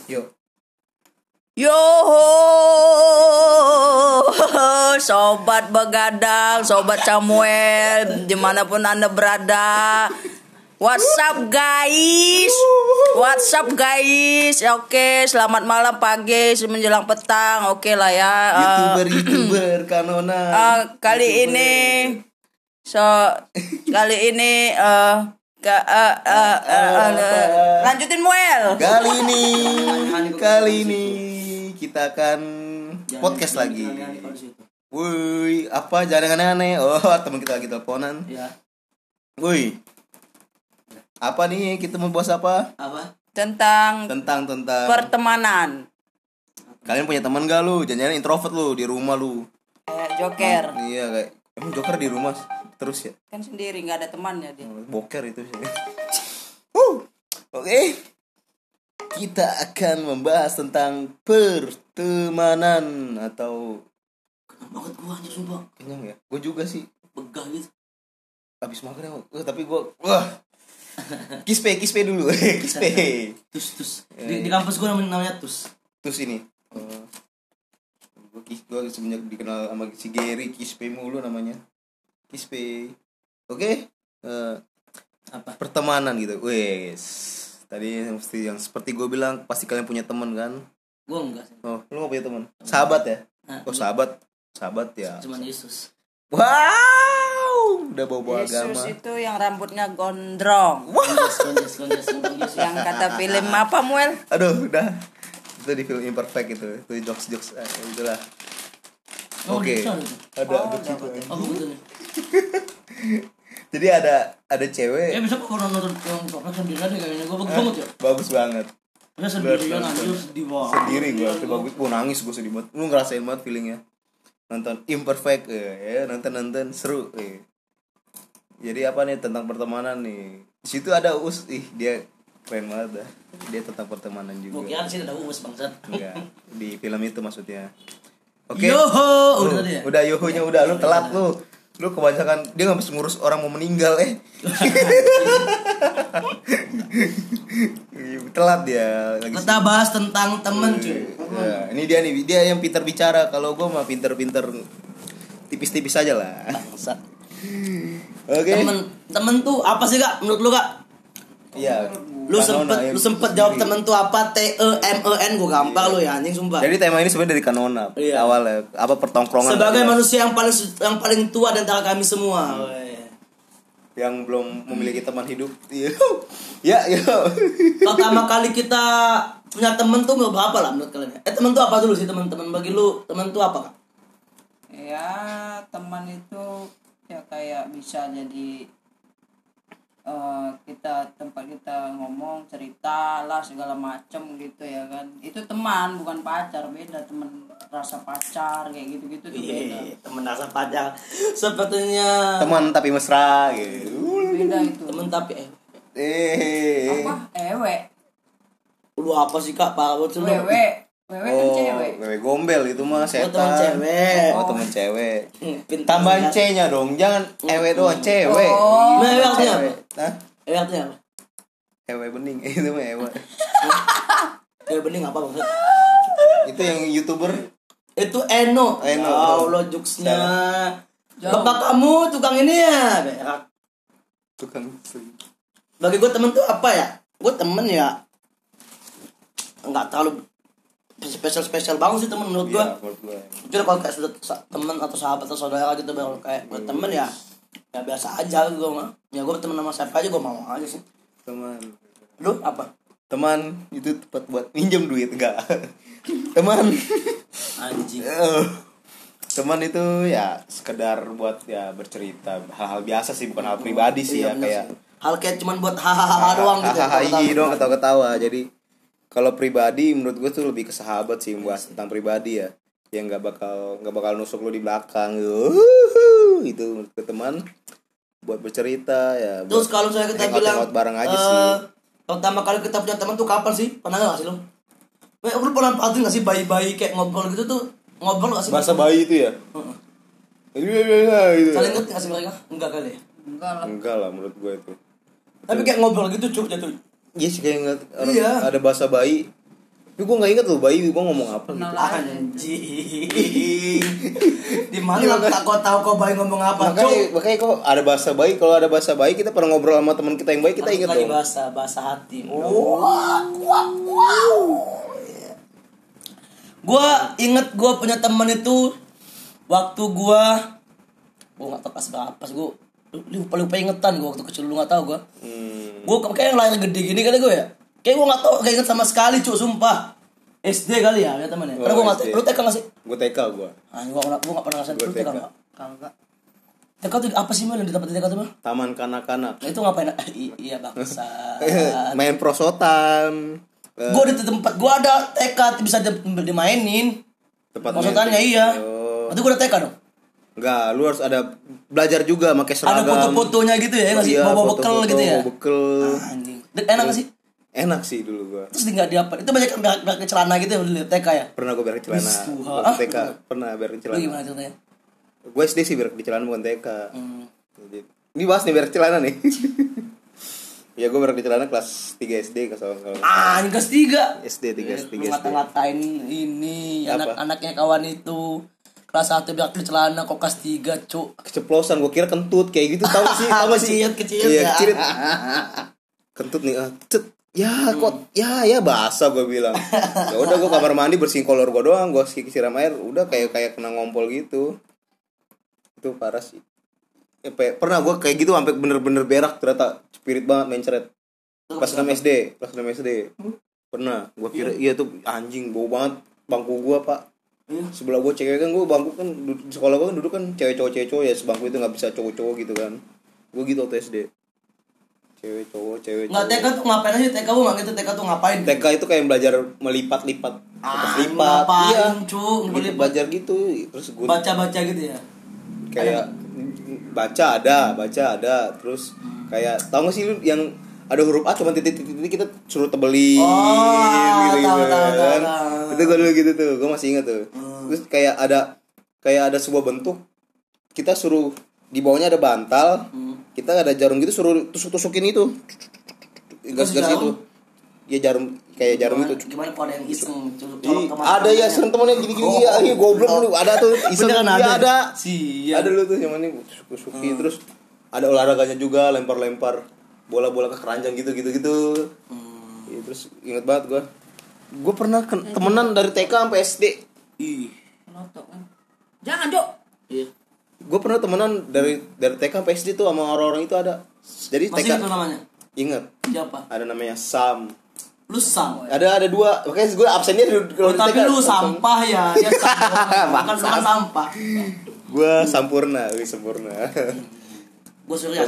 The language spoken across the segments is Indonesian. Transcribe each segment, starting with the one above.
Yuk. Yo, sobat begadang, sobat Samuel, dimanapun Anda berada. What's up guys? Oke, selamat malam, pagi, menjelang petang. Oke lah ya. YouTuber Kanona. Kali ini lanjutin Muel. Kali ini kita akan podcast lagi. Woi, apa jangan aneh-aneh. Oh, teman kita lagi teleponan. Ya. Woi. Apa nih kita mau bahas apa? Apa? Tentang pertemanan. Kalian punya teman gak lu? Jangan-jangan introvert lu di rumah lu. Kayak Joker. Iya, kayak emang Joker di rumah terus ya? Kan sendiri, nggak ada temannya dia. Boker itu sih. Oke. Kita akan membahas tentang pertemanan atau Kenapa banget gua anjir sumpah. kenyang ya. Gue juga sih. Begah gitu. Habis makan ya. Tapi gue Kispe dulu. Kispe. Tus. Di kampus gua namanya Tus. Terus ini. Gue semenjak dikenal sama si Gary, Kispe mulu namanya. Kispe. Oke. Apa? Pertemanan gitu. Wes. Tadi yang seperti gue bilang pasti kalian punya teman kan? Gua enggak sih. Oh, lu gak punya teman? Sahabat ya? Nah, Oh, sahabat ya. Cuman Yesus. Wow, udah bawa agama. Yesus itu yang rambutnya gondrong. Konjes. Yang kata film apa, Muel? Aduh, udah. Itu di film Imperfect itu jokes itulah. Oh, Oke. bisa gitu. Ada jokes itu. Oh, betul nih. Jadi ada cewek. Bisa kok kalau nonton yang Koprak sendiri aja kayaknya gua bagus banget ya. Bagus banget. Saya sendirian anjir sedih banget. Sendiri gue itu bagus. Gue nangis, gue sedih banget. Lu ngerasain banget feelingnya. Nonton Imperfect ya, nonton seru. Jadi apa nih tentang pertemanan nih. Di situ ada dia keren banget dah. Dia tentang pertemanan juga. Gua kira sih ada Uus bangsat. Enggak, di film itu maksudnya. Oke. Yoho, udah tadi ya? Udah yohonya udah lu telat lu. Lu kebanyakan dia ngabis ngurus orang mau meninggal telat dia lagi. Kita bahas tentang temen cuy. Ya, ini dia yang pintar bicara. Kalau gue mah pintar tipis-tipis aja lah. Bangsat. Oke. Temen tuh apa sih Kak menurut lu Kak? Iya. Lu sempet jawab temen tuh apa? TEMEN gue gampang lu ya anjing sumpah. Jadi tema ini sebenarnya dari Kanona. Iya. Awalnya apa pertongkrongan. Sebagai manusia yang paling tua di antara kami semua. Yang belum memiliki teman hidup. Ya. Pertama kali kita punya temen tuh berapa lah menurut kalian? Temen tuh apa dulu sih teman-teman bagi lu? Temen tuh apa Kak? Ya, teman itu ya kayak bisa jadi tempat kita ngomong, cerita lah segala macem gitu ya kan. Itu teman bukan pacar, beda. Teman rasa pacar kayak gitu-gitu tuh beda. Temen rasa pacar. Sepertinya Teman tapi mesra gitu. Beda itu. temen tapi Apa? Ewe. lu apa sih Kak? Parah banget lu. Wewe kan cewek. Wewe gombel itu mah setan. teman cewek. Teman cewek. Pintar Tambahan banget. C-nya dong, jangan ewe doang, cewek. Oh. Nah, ewe artinya apa? Hah? Ewe artinya apa? Ewe bening itu mah ewe. Ewe bening apa maksud? Itu yang YouTuber. Itu Eno. Eno. Ya Allah jokesnya. Bapak kamu tukang ini ya? Berak. Tukang Bagi gue temen tuh apa ya? Gue temen ya nggak terlalu spesial banget sih temen menurut gue. Cuma kalau kayak temen atau sahabat atau saudara gitu baru kayak gue temen ya biasa aja gue mah. Ya gue temen sama siapa aja gue mau aja sih. Teman. Lu apa? Teman itu tempat buat minjem duit enggak? Teman. Anjing. Teman itu ya sekedar buat ya bercerita hal-hal biasa sih, bukan hal pribadi sih ya kayak hal kayak cuman buat hahaha doang gitu. Hahaha doang ketawa-ketawa. Jadi kalau pribadi menurut gue tuh lebih ke sahabat sih, membahas tentang pribadi ya. Yang nggak bakal nusuk lu di belakang itu menurut gue teman buat bercerita ya. Terus kalau saya kita bilang bareng aja sih. Pertama kali kita punya teman tuh kapan sih? Pernah nggak sih lu? Lu pernah perhatiin nggak sih bayi-bayi kayak ngobrol gitu tuh? Ngobrol nggak sih? Bahasa bayi itu ya? Gitu. Saling ngerti nggak sih mereka? Enggak kali ya? Enggak lah menurut gue itu. Tapi kayak ngobrol gitu cuk jatuh. Iya sih kayak Iya. ada bahasa bayi. Tapi gue nggak inget loh bayi gue ngomong apa gitu. Anjing. Di mana kau tahu kau bayi ngomong apa? Makanya kok ada bahasa bayi. Kalau ada bahasa bayi kita pernah ngobrol sama teman kita yang baik kita inget lagi dong. bahasa hati. Wow. Gua inget gua punya teman itu waktu gua nggak tahu pas berapa sih gua lupa ingetan gua waktu kecil lu nggak tahu gua. Gua kayak yang lahir gede gini kali gua ya. Kayak gua nggak tahu gak inget sama sekali cuy sumpah. SD kali ya temannya. Karena gua nggak lu TK nggak sih? Gua TK gua. Gua nggak pernah ngerasain lu TK nggak? Kagak. TK tuh apa sih Mel yang di tempat TK tuh Mel? Taman kanak-kanak. Nah, itu ngapain? Iya bangsa. Main prosotan. Gue di tempat gue ada TK bisa dimainin. Maksudnya iya. Berarti gue ada TK dong. Enggak, lu harus ada belajar juga pakai seragam. Ada foto-fotonya gitu ya, masih bawa bekal gitu ya. Bekal. Anjing. Enak gak sih? Enak sih dulu gua. Terus enggak diapa? Itu banyak berak celana gitu ya di TK ya? Pernah gua berak celana. Waktu TK pernah berak celana. Lu gimana ceritanya? Gue SD sih berak di celana bukan TK. Ini bahas nih berak celana nih. Ya gue berak di celana kelas 3 SD kalau kelas 3 SD 3 SD. Ngata-ngatain ini anak-anaknya kawan itu kelas 1 berak di celana kok kelas 3 cuk. Keceplosan gue kira kentut kayak gitu tahu sih kecil iya, ya. Kecil. Kentut nih ya kok ya basah gue bilang. Ya udah gue kamar mandi bersihin kolor gue doang, gue siram air udah kayak kena ngompol gitu. Itu parah sih. Pernah gue kayak gitu sampai bener-bener berak ternyata spirit banget main ceret. Kelas 6 SD. Pernah gue kira iya tuh anjing bau banget bangku gue pak. Sebelah gue cewek kan gue bangku kan di sekolah gue kan duduk kan cewek cowok ya sebangku itu nggak bisa cowok gitu kan. Gue gitu waktu SD. Cewek cowok. Nggak TK tuh ngapain aja TK gue nggak gitu TK tuh ngapain? TK itu kayak belajar melipat-lipat. Lipat. Iya. Belajar gitu terus gue baca gitu ya. Kayak baca ada terus kayak tau gak sih lu yang ada huruf A cuma titik kita suruh tebelin gitu kan. Itu gue dulu gitu tuh gue masih ingat tuh. Terus kayak ada sebuah bentuk kita suruh di bawahnya ada bantal kita ada jarum gitu suruh tusukin itu gas gitu ya jarum kayak jarum itu. Gimana kalau ada yang iseng ada ya serem temennya gini-gini ya goblok lu ada tuh iseng ya ada ada lu tuh yang mana suki terus ada olahraganya juga lempar bola-bola ke keranjang gitu ya, terus inget banget gue pernah temenan dari TK sampai SD. Jangan Dok. Iya. Gue pernah temenan dari TK sampai SD tuh sama orang-orang itu ada. Jadi masih TK itu namanya? Ingat. Siapa? Ada namanya Sam. Lu Sam. Ada dua. Makanya gue absennya kalau tapi TK, lu sampah ya. Dia sampah. Bukan sampah. Gue sempurna. Gue Surya.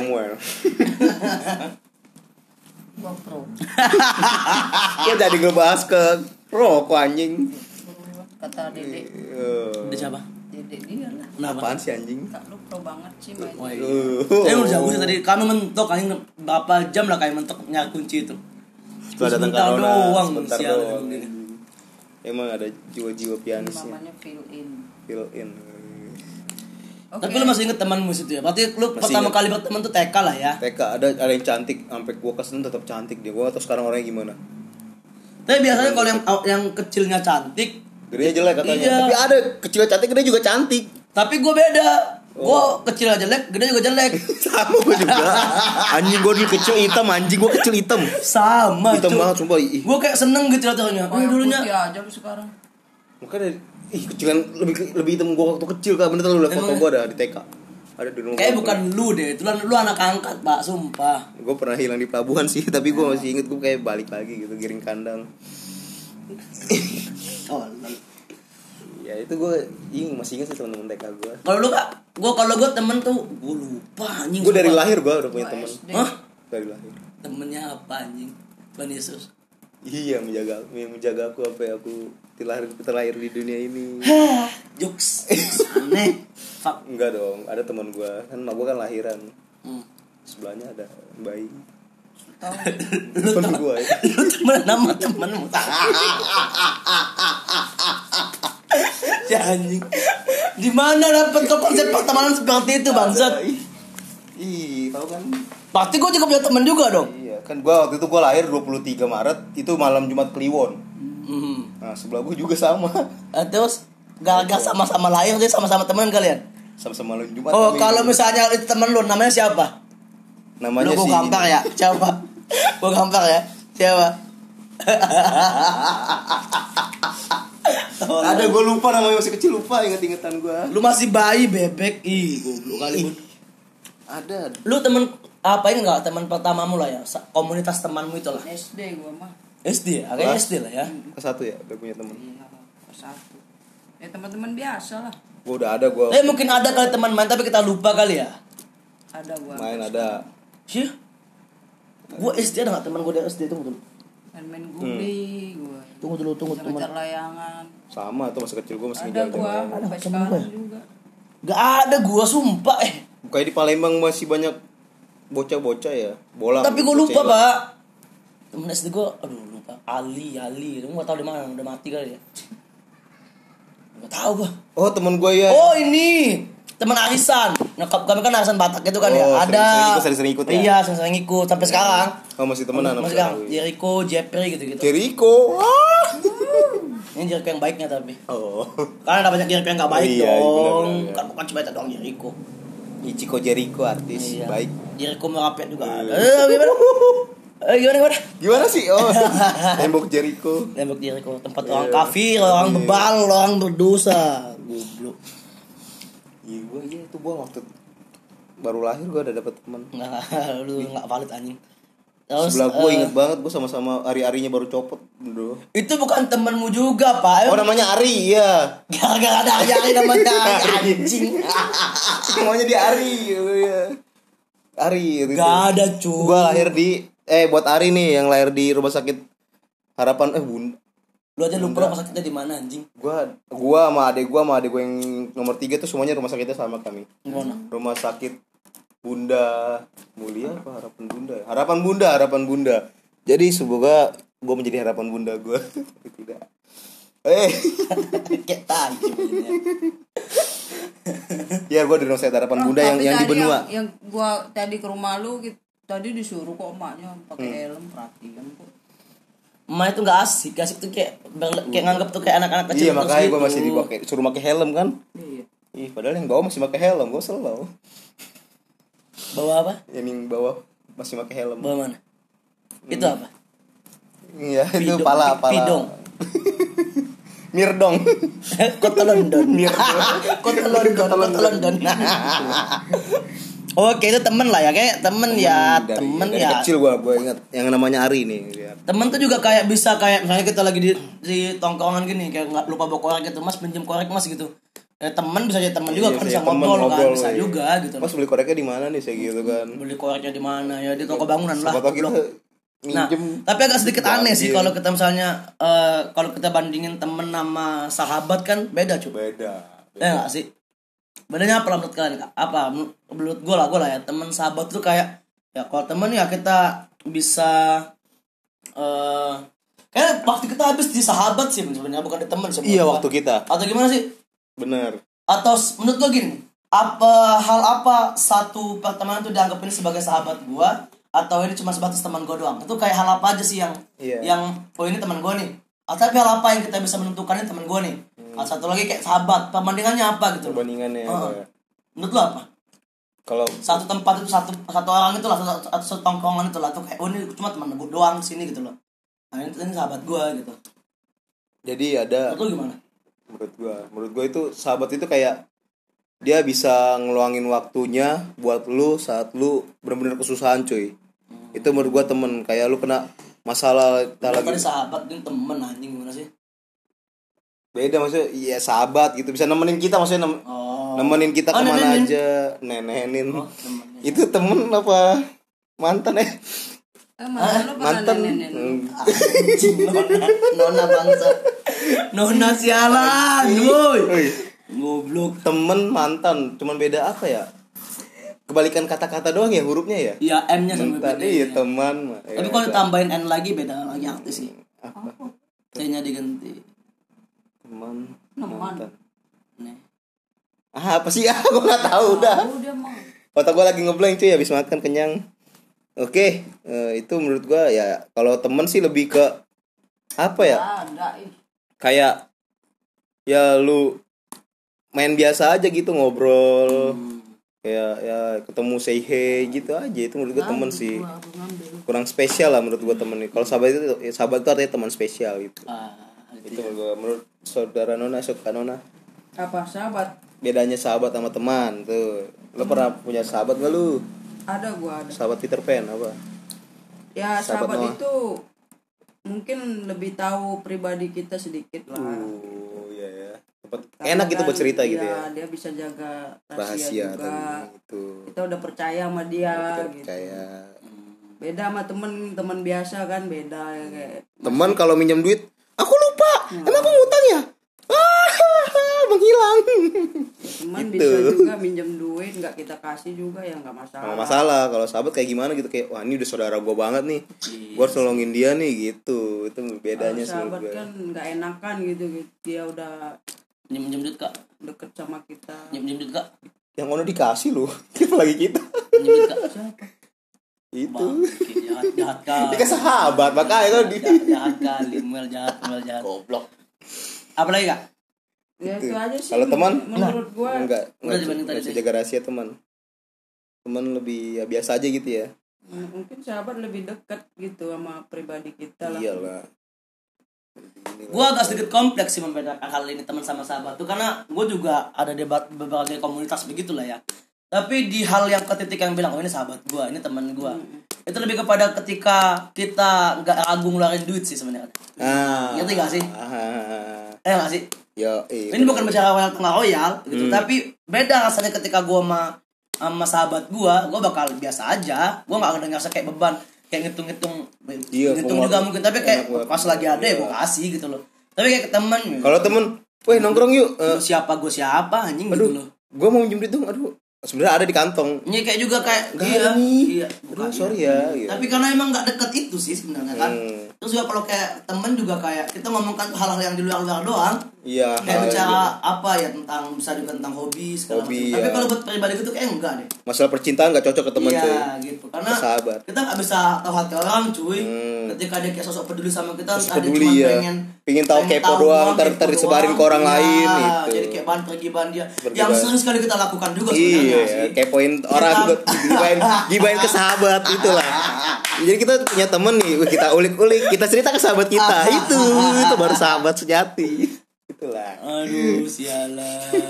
Gua pro. Kok jadi ngebahas ke rokok anjing. Kata Dede. Dia siapa? Dede dia lah. Apaan sih anjing? Kak lu pro banget sih main. Udah jauh sih tadi. Kami mentok anjing berapa jam lah kayak mentok nyari kunci itu. Setelah datang Corona sebentar doang. Emang ada jiwa-jiwa pianisnya. Namanya fill in. Okay. Tapi lu masih inget temanmu situ ya? Berarti lu masih pertama kali berteman tuh TK lah ya? TK ada yang cantik sampai gua kesan tetap cantik dia. Gua atau sekarang orangnya gimana? Tapi biasanya kalau yang kecilnya cantik, gedenya jelek katanya. Iya. Tapi ada kecilnya cantik, gede juga cantik. Tapi gua beda. Gua kecil jelek, gede juga jelek. Sama gua juga. Anjing gua dulu kecil hitam, anjing gua kecil hitam. Sama. Hitam banget sumpah. Gua kayak seneng gitu rasanya. Dulunya aja lu sekarang. Makanya kecilan lebih hitam gua waktu kecil kan bener lu lihat foto gua ada di TK. Ada di rumah. Kayak bukan lu deh, itu lu anak angkat, Pak, sumpah. Gua pernah hilang di pelabuhan sih, tapi gua masih inget gua kayak balik lagi gitu giring kandang. Ya itu gua masih inget sih teman-teman TK gua. Kalau lu Kak, kalau gua temen tuh gua lupa anjing. Gua dari lahir gua udah punya teman. Hah? Dari lahir. Temennya apa anjing? Tuhan Yesus. Iya menjaga aku sampai aku terlahir di dunia ini. Jokes aneh. Fuck. Enggak dong, ada teman gue kan, mak gue kan lahiran. Sebelahnya ada bayi. Lu temen gue. Lu temen nama temenmu. Ya anjing. Di mana dapat konsep pertemanan seperti itu bangsat? Ih, tahu kan? Pasti gue juga punya temen juga dong. Iya, kan gue waktu itu gue lahir 23 Maret, itu malam Jumat Kliwon. Nah sebelah gue juga sama. Terus gak sama-sama lahir, jadi sama-sama teman kalian. Sama-sama lu Jumat. Oh, kalau misalnya itu temen lu namanya siapa? Namanya lu sih gua gampang ya. Siapa? Gua gampang ya. Siapa? Ada gue lupa namanya, masih kecil lupa inget-ingetan gue. Lu masih bayi bebek. Ih, goblok kali lu. Ada. Lu temen apain enggak teman pertamamu lah ya? Komunitas temanmu itu lah. SD gua mah. SD ya? Kayaknya SD lah ya. Ke-1 ya, udah punya temen. Iya, satu. Ya teman-teman biasa lah. Gue udah ada gue. Mungkin ada kali teman main tapi kita lupa kali ya. Ada gua. Main ada. Sih. Gua SD ada enggak teman gua dari SD? Tunggu dulu. Main guli gua. Tunggu dulu teman. Ngejar layangan. Sama tuh masa kecil gue masih Ada ngejar. gua. Ada Sampai temen sekarang gua. juga. Gak ada gua sumpah Kayak di Palembang masih banyak bocah-bocah ya. Bola. Tapi gue lupa, Pak. Temen SD gue, aduh lupa. Ali. Gue gak tau di mana, udah mati kali ya. Gak tau gue. Oh temen gue ya. Oh ini, teman arisan. Nah, kami kan arisan Batak itu kan ya. Oh, Ada. sering-sering ikut ya? Iya, sering ikut sampai sekarang. Oh masih temenan sama Masih sekarang. sekarang. Jericho, Jeffrey gitu-gitu. Jericho. Ini Jericho yang baiknya tapi. Oh. Karena ada banyak Jericho yang gak baik Iya, dong. bener. Kan bukan cuma itu doang Jericho. Ichiko Jericho artis Iya. baik. Jericho Merapet juga ada. Iya. Gimana? Gimana sih? Oh. Tembok Jericho. Tembok Jericho, tempat Iya. orang kafir, orang Iya. bebal, orang berdosa. Goblok. Iya gue itu gue waktu baru lahir gue udah dapet teman. Enggak, lu enggak valid anjing. Terus Sebelah gue inget banget gue sama-sama Ari-Arinya baru copot dulu. itu bukan temanmu juga, Pak. Oh namanya Ari ya. Gara-gara ada Ari namanya anjing. Namanya dia Ari. Iya. Ari gitu. Gak ada cuy. Gue lahir di buat Ari nih yang lahir di rumah sakit Harapan Bunda. Lu aja lupa rumah sakitnya di mana anjing. Gua sama adek gue yang nomor 3 tuh semuanya rumah sakitnya sama kami. Gimana? Rumah sakit Bunda Mulia apa Harapan Bunda. Jadi semoga gue menjadi harapan Bunda gue. Tidak. Kayak tai sebenarnya. Ya gue di rumah sakit Harapan Bunda yang di benua. Yang gua tadi ke rumah lu gitu, tadi disuruh kok emaknya pakai helm, perhatian kok. Emak itu gak asik tuh kayak nganggap tuh kayak anak-anak kecil. Iya makanya gitu. gue masih suruh pakai helm kan. Iya. Ih padahal yang bawah masih pakai helm, gue selalu. Bawa apa? Yang bawah masih pakai helm. Bawa mana? Itu apa? Iya itu pala. Pidong. Mirdong. Kota London. Kota London. Oke, itu temen lah ya, kayak temen Dari ya. kecil gue ingat yang namanya Ari nih. Temen tuh juga kayak bisa kayak misalnya kita lagi di tongkrongan gini kayak nggak lupa bawa korek gitu, Mas pinjam korek Mas gitu. Temen bisa jadi temen juga kan bisa ngobrol kan, bisa iya. juga gitu. Mas beli koreknya di mana nih saya gitu kan. Beli koreknya di mana ya, di toko bangunan lah. Siapa tahu kita Nah, minjem. tapi agak sedikit aneh sih Iya. kalau kita misalnya kalau kita bandingin temen sama sahabat kan beda cuy. Beda. Ya nggak sih? Bedanya apa lah menurut kalian? Apa? Menurut gue lah ya teman sahabat tuh kayak ya kalau temen ya kita bisa kayak waktu kita habis di sahabat sih sebenarnya bukan di temen sebenarnya. Iya waktu kita. Atau gimana sih? Bener. Atau menurut lo gini, hal apa satu pertemanan tuh dianggap ini sebagai sahabat gua atau ini cuma sebatas teman gua doang? Itu kayak hal apa aja sih yang Iya. oh ini teman gua nih. Atau tapi hal apa yang kita bisa menentukan ini teman gua nih? Satu lagi kayak sahabat, perbandingannya apa gitu? Perbandingannya apa ya? Menurut lo apa? Kalau Satu tempat itu satu orang itu lah satu tongkrongan itu lah tuh kayak oh ini cuma teman gua doang sini gitu loh. Nah ini sahabat gua gitu. jadi ada Menurut lo gimana? menurut gua itu sahabat itu kayak dia bisa ngeluangin waktunya buat lu saat lu benar-benar kesusahan cuy. Itu menurut gua temen kayak lu kena masalah kita Tadi lagi sahabat ini temen anjing gimana sih? beda maksudnya iya sahabat gitu bisa nemenin kita maksudnya nemenin kita kemana nemenin. aja nenenin Temennya. itu temen apa mantan Mantan Anjing nona bangsa. Nona sialan, woi. Goblok. temen mantan cuman beda apa ya kebalikan kata-kata doang ya hurufnya ya Ya M-nya sama mantan beda. iya teman Tapi kalau tambahin N lagi beda lagi artis sih. apa T-nya diganti. teman Teman. mantan Nih. apa sih gue nggak tahu udah Udah mah. otak gue lagi ngeblank cuy habis makan kenyang. Oke, itu menurut gue ya kalau temen sih lebih ke apa ya? Ada. Kayak ya lu main biasa aja gitu ngobrol. Kayak ya ketemu say hey gitu aja, itu menurut gue temen sih. Kurang spesial lah menurut gue temen nih. Kalau sahabat itu artinya teman spesial gitu. Itu menurut saudara Nona, suka Nona. Apa sahabat? Bedanya sahabat sama teman tuh. Lo pernah punya sahabat gak lu? Ada, gua ada. Sahabat Peter Pan apa? Ya Sahabat sahabat Noah. itu mungkin lebih tahu pribadi kita sedikit lah. Iya ya. Karena Enak gitu kan, buat cerita gitu iya, ya. Dia bisa jaga Rahasia juga. tadi gitu. Kita udah percaya sama dia Kita gitu. percaya. Beda sama temen biasa kan, beda ya kayak Teman kalau minjem duit, aku lupa. Emang aku ngutang ya? Menghilang. teman Gitu. bisa juga minjem duit nggak kita kasih juga ya nggak masalah. Nggak masalah. Kalau sahabat kayak gimana gitu, kayak wah ini udah saudara gue banget nih, gue harus nolongin dia nih gitu. Itu bedanya Kalau sih sahabat menurut gue. kan nggak enakan gitu, dia udah Minjem duit kak, deket sama kita. minjem duit kak, Yang ono dikasih loh, apalagi kita. minjem duit kak. Siapa? Itu Bangke, jahat kali. dia kan sahabat, makanya kan di Jahat kali, Mel jahat. goblok. Apa lagi kak? Ya itu aja sih. Kalau teman, menurut gua enggak Udah dibanding tadi bisa sih. jaga rahasia teman. Teman lebih ya biasa aja gitu ya. mungkin sahabat lebih dekat gitu sama pribadi kita lah. Iyalah. Gue agak sedikit kompleks sih membedakan hal ini teman sama sahabat tuh, karena gue juga ada debat berbagai komunitas begitulah ya. Tapi di hal yang ke titik yang bilang oh ini sahabat gue, ini teman gue, itu lebih kepada ketika kita nggak ragu ngeluarin duit sih sebenarnya. Ngerti gak sih? Nggak sih? Ini bukan bicara royal tengah royal gitu, tapi beda rasanya ketika gue sama sahabat gue bakal biasa aja, gue nggak ada ngerasa kayak beban, kayak ngitung Iya, juga mungkin, tapi kayak enak banget. pas lagi ada ya gue kasih gitu loh. Tapi kayak ke temen, Kalau temen, weh nongkrong yuk. lu siapa gue siapa anjing gitu loh. Gue mau minjem duit dong. Aduh, sebenarnya ada di kantong. Ini kayak juga kayak Nggak ada nih. iya. Aduh, sorry ya. Gitu. Tapi karena emang nggak deket itu sih sebenarnya kan. Hmm. Terus juga kalau kayak temen juga kayak kita ngomongkan hal-hal yang di luar doang. Iya. Kayak bicara apa ya tentang bisa juga tentang hobi segala Hobi, macam. Tapi ya. kalau buat pribadi gitu kayak enggak deh. Masalah percintaan gak cocok ke teman Iya cuy. gitu. Karena Ke sahabat. kita nggak bisa tahu hati orang cuy. Hmm. Ketika dia kayak sosok peduli sama kita, Terus entah dia peduli cuma ya. Pengen tahu kepo doang, ntar kepo disebarin doang. ke orang Iya, lain gitu. Jadi kayak bahan pergibahan dia. Pergibahan. Yang sering sekali kita lakukan juga sebenarnya Iya, sih. kepoin orang buat gibain ke sahabat itulah. Jadi kita punya temen nih, kita ulik-ulik, kita cerita ke sahabat kita. Itu baru sahabat sejati. Itulah. Aduh, sialan.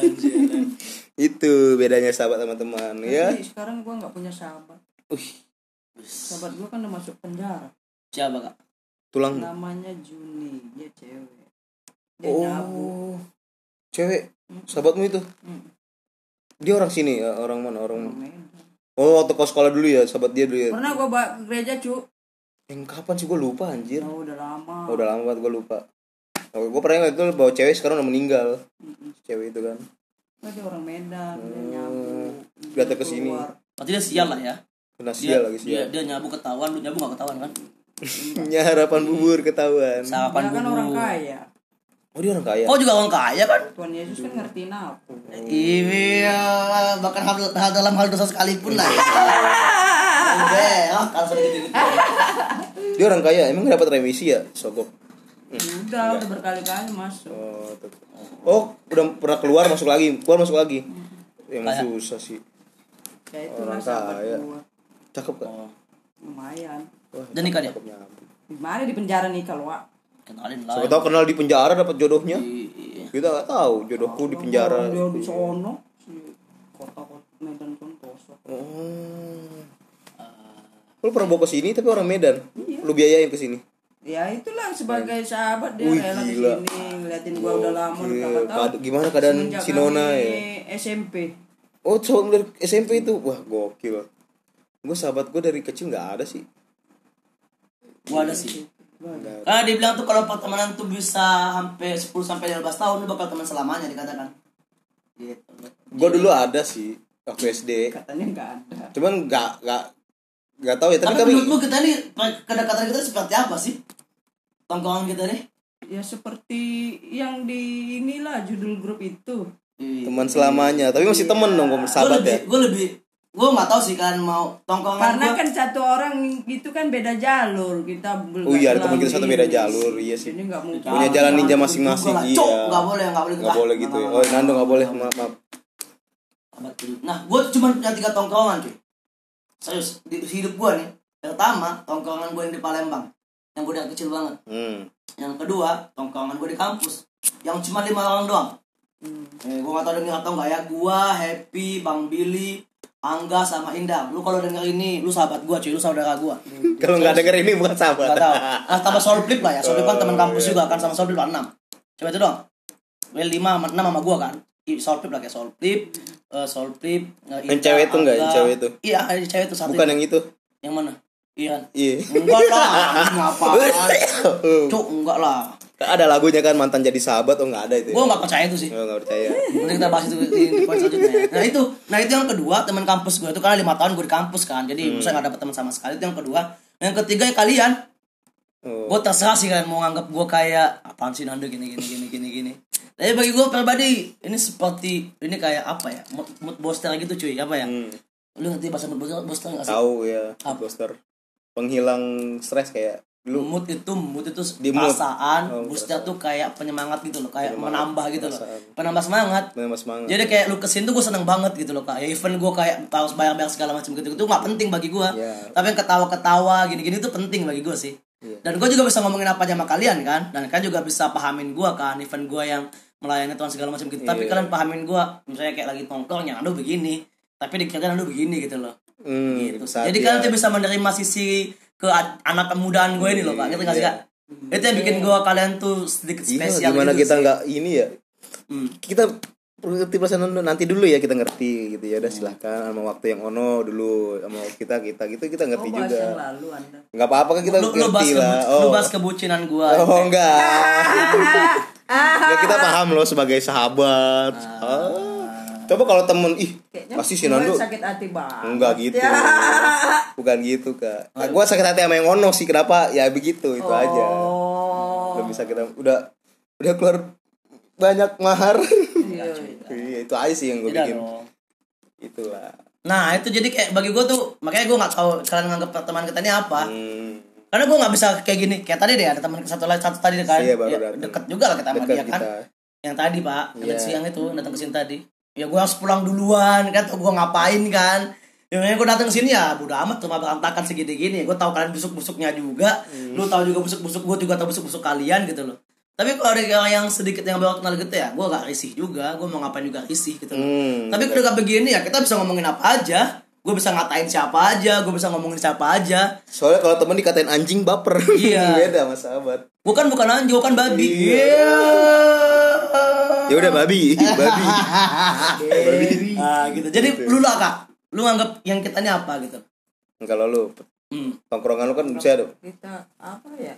Itu bedanya sahabat sama teman ya. Tapi sekarang gua nggak punya sahabat. Sahabat gua kan udah masuk penjara. Siapa kak? Tulang. Namanya Juni, dia cewek. Dia nyabu. Oh. Cewek. Sahabatmu itu. Dia orang sini ya, orang mana? Orang Medan. Oh, waktu kau sekolah dulu ya, sahabat dia dulu ya. Pernah gua bawa ke gereja cu. Yang kapan sih gue lupa anjir. Oh, udah lama. Oh, udah lama banget gue lupa. Oh, gue pernah ngeliat itu bawa cewek sekarang udah meninggal. Cewek itu kan. Oh, dia orang Medan, dia nyabu. Datang ke sini. Keluar. Berarti dia sial lah ya. Kena sial lagi sial. Dia nyabu ketahuan, lu nyabu gak ketahuan kan? Harapan bubur ketahuan. Sarapan Dia kan bubur. orang kaya. Oh, dia orang kaya. Kau juga orang kaya kan? Tuhan Yesus kan ngertiin aku. Iya, bahkan hal dalam hal dosa sekalipun lah. Udah, kalau sudah gitu. Dia orang kaya, emang gak dapat remisi ya, Sogok? Udah berkali-kali masuk. Oh, udah pernah keluar masuk lagi, Emang susah sih. Kayak itulah Orang sahabat kaya. gua. Cakep kan? Lumayan. Dan nikah dia. Gimana di penjara nih kalau Wak? Kenalin Siapa lah. tahu kenal di penjara dapat jodohnya. Iya. Kita nggak tahu jodohku di penjara. Dia di sono si kota-kota Medan Contoso. Oh. Lu pernah bawa ke sini tapi orang Medan. Lu biayain ke sini. Ya itulah sebagai sahabat dia Wih, rela di gila. sini ngeliatin gua udah lama Gokil. udah kagak tahu. Gimana keadaan Semenjak si Nona kami ya? SMP. Oh, soal dari SMP itu. Wah, gokil. Gue sahabat gue dari kecil nggak ada sih. Gua ada sih. Karena dibilang tuh kalau pertemanan tuh bisa sampai 10 sampai 15 tahun lu bakal teman selamanya dikatakan. Gitu. Gue dulu ada sih waktu SD. Katanya enggak ada. Cuman nggak tahu ya. Tapi Tapi kami menurut lu kita nih kedekatan kita seperti apa sih? Tongkongan kita nih? Ya seperti yang di inilah judul grup itu. teman selamanya. Tapi masih temen dong, gue sahabat ya. Gue lebih Gue nggak tahu sih kan mau tongkrongan Karena gua. kan satu orang itu kan beda jalur. Kita Oh iya, ada teman kita satu beda jalur, iya sih. Ini nggak mungkin. Punya jalan ninja masing-masing, Juga lah. iya. Cok, nggak boleh Nggak boleh gitu ya. Oh, Nando nggak boleh, maaf. Nah, gue cuma punya 3 tongkrongan cuy. Serius, di hidup gue nih. Pertama, tongkrongan gue yang di Palembang, yang gue dari kecil banget. Yang kedua, tongkrongan gue di kampus, yang cuma 5 orang doang. Gue gak tau denger atau enggak ya. Gue, Happy, Bang Billy, Angga sama Indah. Lu kalau denger ini, lu sahabat gue cuy, lu saudara gue. Kalau nggak denger ini bukan sahabat. Gak tau. Nah, tambah Solplip lah ya. Solplip kan teman kampus juga kan, sama Solplip 6. Coba itu dong. 5 sama 6 sama gue kan. Solplip lah kayak Solplip. Yang cewek itu enggak? Yang cewek itu? Iya, yang cewek itu satu. Bukan yang itu. Yang mana? Iya. Enggak lah, ngapain? Cuk, enggak lah. Ada lagunya kan mantan jadi sahabat, enggak ada itu. Gue nggak percaya itu sih. Enggak percaya. Nanti kita bahas itu di poin selanjutnya. Nah itu yang kedua, teman kampus gue itu karena 5 tahun gue di kampus kan, jadi saya nggak dapet teman sama sekali. Itu yang kedua. Yang ketiga ya kalian. Gue terserah sih kalian mau nganggap gue kayak apaan sih Nando gini. Tapi bagi gue pribadi ini seperti ini kayak apa ya? Mood booster gitu cuy, apa ya? Lu ngerti bahasa mood booster nggak sih? Tahu ya, booster. Penghilang stres kayak Lu mood itu di mood. perasaan, booster tuh kayak penyemangat gitu loh, kayak menambah gitu loh. Penambah semangat. Jadi kayak lu kesini tuh gue seneng banget gitu loh kak. Ya even gue kayak harus bayar-bayar segala macam gitu itu nggak penting bagi gue. Yeah. Tapi yang ketawa-ketawa gini-gini tuh penting bagi gue sih. Yeah. Dan gue juga bisa ngomongin apa aja sama kalian kan. Dan kan juga bisa pahamin gue kan. Even gue yang melayani Tuhan segala macam gitu. Tapi kalian pahamin gue. Misalnya kayak lagi nongkrongnya Ando begini. Tapi dikira Ando begini gitu loh. Gitu. Jadi kalian tuh bisa menerima sisi ke anak kemudaan gue ini loh Pak, ngerti gak sih Kak? Itu yang bikin gue kalian tuh sedikit spesial. Gimana gitu kita sih. nggak ini ya? Kita ngerti perasaan nanti dulu ya, kita ngerti gitu ya. Udah silahkan sama waktu yang ono dulu sama kita gitu kita ngerti juga. Yang lalu Anda. Nggak apa-apa kan kita ngerti lah. Lu bahas kebucinan gue. Oh enggak. Nggak, kita paham loh sebagai sahabat. Coba kalau temen pasti si Nando sakit hati banget. Enggak gitu. Bukan gitu Kak. Gue sakit hati sama yang ono sih, kenapa? Ya begitu itu aja. Belum bisa kita udah keluar banyak mahar. Iya itu aja sih yang gue bikin. Itulah. Nah itu jadi kayak bagi gue tuh, makanya gue nggak tahu kalian nganggap teman kita ini apa. Karena gue nggak bisa kayak gini. Kayak tadi deh ada teman satu tadi kan. Iya, ya, deket juga lah kita sama dia kan. Yang tadi Pak, yang siang itu datang ke sini tadi. Ya gue harus pulang duluan kan, gue ngapain kan. Ya gue datang sini ya bodo amat cuma berantakan segini-gini. Gue tahu kalian busuk-busuknya juga. Lu tahu juga busuk-busuk gue juga tahu busuk-busuk kalian gitu loh. Tapi kalau ada orang yang sedikit yang baru kenal gitu ya, gue gak risih juga. Gue mau ngapain juga risih gitu loh. Tapi kalau gak begini ya kita bisa ngomongin apa aja. Gue bisa ngatain siapa aja, gue bisa ngomongin siapa aja. Soalnya kalau temen dikatain anjing baper. Iya. Beda sama sahabat. Bukan anjing, bukan babi. Iya. Ya udah babi. Gitu. Jadi lu lah Kak, lu anggap yang kita ini apa gitu? Kalau lu tongkrongan lu kan bisa ada. Kita apa ya?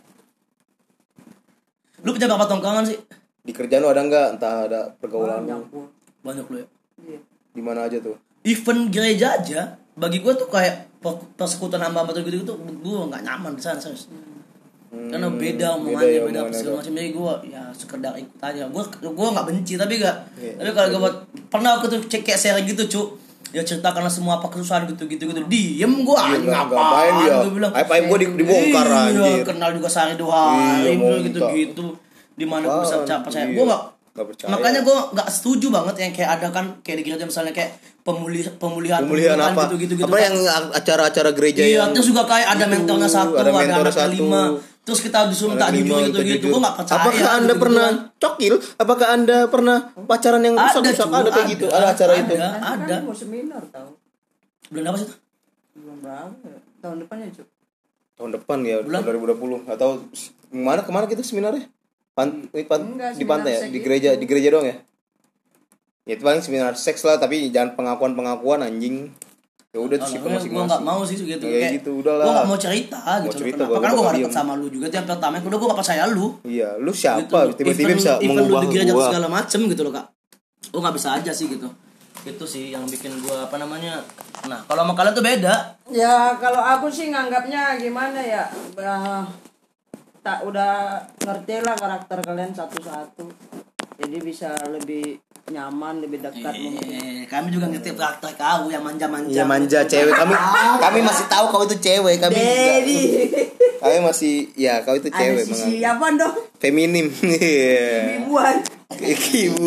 Lu punya berapa tongkrongan sih? Di kerjaan lu ada enggak? Entah ada pergaulan lu. Banyak lu ya. Iya. Di mana aja tuh? Event gereja aja bagi gue tuh kayak persekutuan hamba gitu gue nggak nyaman di sana serius. Karena beda omongannya, beda segala macam. Jadi gue ya sekedar ikut aja. Gue nggak benci tapi tapi kalau gue pernah aku tuh cek kayak sharing gitu cu, ya ceritakan semua apa kesusahan gitu diem gue ngapain dia gue bilang aib gue dibongkar anjir. Kenal juga sehari 2 hari gitu di mana gue bisa percaya gue nggak. Makanya gue nggak setuju banget yang kayak ada kan kayak di gereja misalnya kayak pemulihan apa gitu apa kan. Yang acara-acara gereja iya, yang terus juga kayak ada mentornya satu ada anak 5 terus kita disuruh minta jujur gitu gue nggak percaya. Apakah anda pernah cokil? Apakah anda pernah pacaran yang rusak-rusak? Ada kayak gitu, ada acara itu. Ada mau seminar tahu. Bulan apa sih? Bulan berapa? Tahun depan ya Cuk. Tahun depan ya, tahun 2020 atau kemana gitu seminarnya? Di pantai ya, di gereja doang ya. Ya itu paling seminar seks lah, tapi jangan pengakuan anjing. Ya udah tuh sih masing-masing. Gue nggak mau sih gitu. Kayak gitu udahlah. Gue nggak mau cerita gitu. Karena gue nggak deket sama lu juga. Yang pertama, yang kedua gue nggak percaya lu. Iya, lu siapa? Gitu. Tiba-tiba bisa mengubah lu di gua. segala macem gitu loh Kak. Gue nggak bisa aja sih gitu. Itu sih yang bikin gue Nah kalau sama kalian tuh beda. Ya kalau aku sih nganggapnya gimana ya. Tak udah ngerti lah karakter kalian satu-satu. Jadi bisa lebih nyaman, lebih dekat mungkin. Kami juga ngerti karakter kau yang manja-manja. Iya manja cewek. Kami masih tahu kau itu cewek. Kami masih ya kau itu cewek. Ada sisi apa dong? Feminim. Ibuan. Ibu.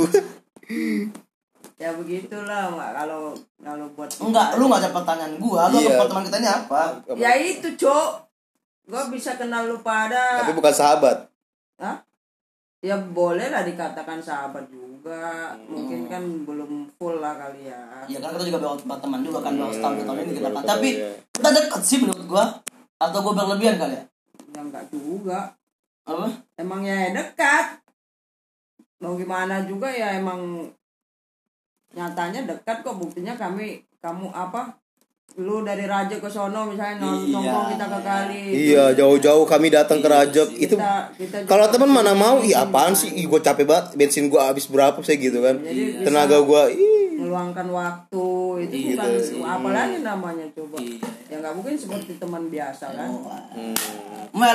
Ya begitulah kalau buat. Enggak, lu enggak ada pertanyaan gua. Lu Iya. anggap teman kita ini apa? Ya itu, Cok. Gua bisa kenal lu pada. Tapi bukan sahabat. Hah? Ya boleh lah dikatakan sahabat juga. Mungkin kan belum full lah kali ya. Iya kan kita juga baru teman juga kan baru setahun 2 tahun ini kita kan. Betul, Tapi iya. kita dekat sih menurut gua. Atau gua berlebihan kali ya? Ya enggak juga. Apa? Emang ya dekat. Mau gimana juga ya emang nyatanya dekat kok, buktinya kamu apa? Lu dari Raja ke sono misalnya nongkrong kita ke kali. Iya, jauh-jauh kami datang ke Raja. Itu kita kalau teman mana mau, ih apaan sih? Ih, gue capek banget, bensin gue habis berapa sih gitu kan. Jadi Tenaga gue, meluangkan waktu itu bukan apalagi namanya coba. Ya nggak mungkin seperti teman biasa kan. Mel.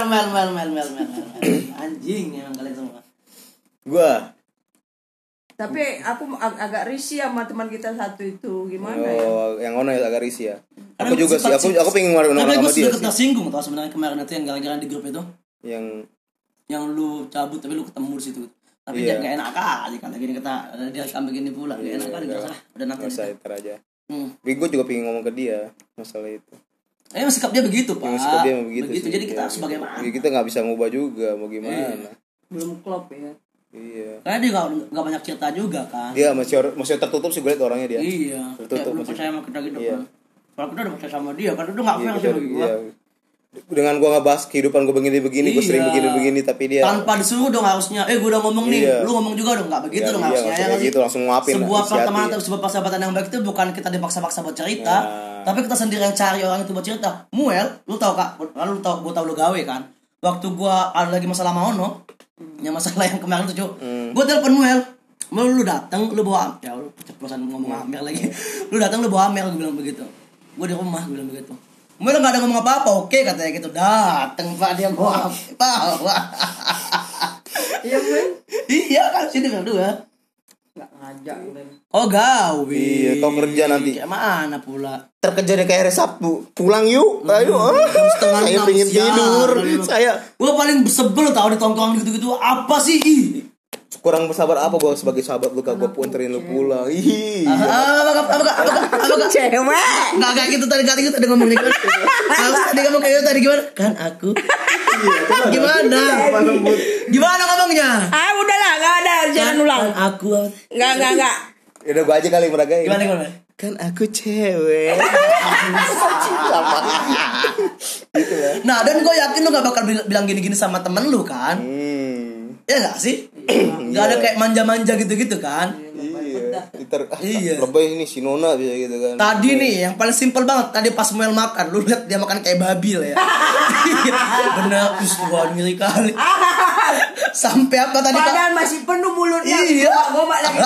Anjing emang kalian semua. gue. Tapi aku agak risih sama teman kita satu itu, gimana ya? Oh, yang ono ya agak risih ya. Aku Karena juga sih, aku pengen ngeluarin tapi orang gue sama dia sudah sih. tersinggung tau sebenarnya kemarin itu yang gara-gara di grup itu Yang lu cabut tapi lu ketemu di situ. Tapi Iya. gak enak aja kalau gini kita direkam begini pula. Gak enak kali gak salah. Udah nanti. Nggak usah ntar aja. Hmm. Tapi gue juga pengen ngomong ke dia masalah itu. Sikap dia begitu, Pak. Sikap dia emang begitu sih. Jadi kita Ya, harus bagaimana? ya, kita nggak bisa ngubah juga, mau gimana? Belum klop ya. Iya. Karena dia gak banyak cerita juga kan. Dia masih tertutup sih gue liat orangnya dia. Iya. Tertutup Kayak belum masih. percaya sama kita gitu Iya. kan. Kalau kita udah percaya sama dia kan itu gak Iya, fair sih bagi gua. Dengan gue ngebahas kehidupan gue begini-begini, gue sering begini-begini, tapi dia tanpa disuruh dong harusnya. Gue udah ngomong nih, Iya. lu ngomong juga dong. Gak begitu Iya, dong iya, harusnya. nggak Ya kayak nggak sih? gitu, langsung nguapin lah, Sebuah inisiatif. pertemanan atau sebuah persahabatan yang baik itu bukan kita dipaksa-paksa buat cerita, Nah. tapi kita sendiri yang cari orang itu buat cerita. Muel, lu tau kak, lu tau, gua tau lu gawe kan. Waktu gua ada lagi masalah sama Ono, yang masalah yang kemarin tuh cuy, gua telepon Muel. Lu datang, lu bawa ya lu ceplosan ngomong Amer lagi. Lu datang lu bawa Amer, gua bilang begitu. Gua di rumah, gua bilang begitu. Muel nggak ada ngomong apa-apa, oke katanya gitu. Dateng Pak dia bawa. Iya men. Iya kan sini berdua. Nggak ngajak men. Oh gawe. Iya, kau kerja nanti. Kayak mana pula? terkejar kayak hari Sabtu. Pulang yuk, ayo. Setengah Saya 6 pengen siang. tidur. Saya Gue paling sebel tau di tongkrongan gitu-gitu. Apa sih? Ih. kurang bersabar apa gue sebagai sahabat lu, kagak punterin lu pulang. Ih. Apa Cewek. Nggak kayak gitu tadi gitu tadi ngomong gitu. Tadi ngomong kayak gitu tadi gimana? Kan aku. Gimana? Gimana ngomongnya? Ah udahlah, nggak ada jangan ulang. Kan aku. Nggak. Udah gue aja kali meragain. Gimana? Kan aku cewek. Sama. Gitu ya. Nah, dan gue yakin lu gak bakal bilang gini-gini sama temen lu kan? Ya gak sih? Gak ada kayak manja-manja gitu-gitu kan? Iya. Iya. Lebay ini si Nona bisa gitu kan. Tadi nih yang paling simpel banget. Tadi pas Muel makan, lu lihat dia makan kayak babi lah ya. Bener, gua ngiri kali. Sampai apa tadi Kak? Padahal masih penuh mulutnya. Iya. Gua lagi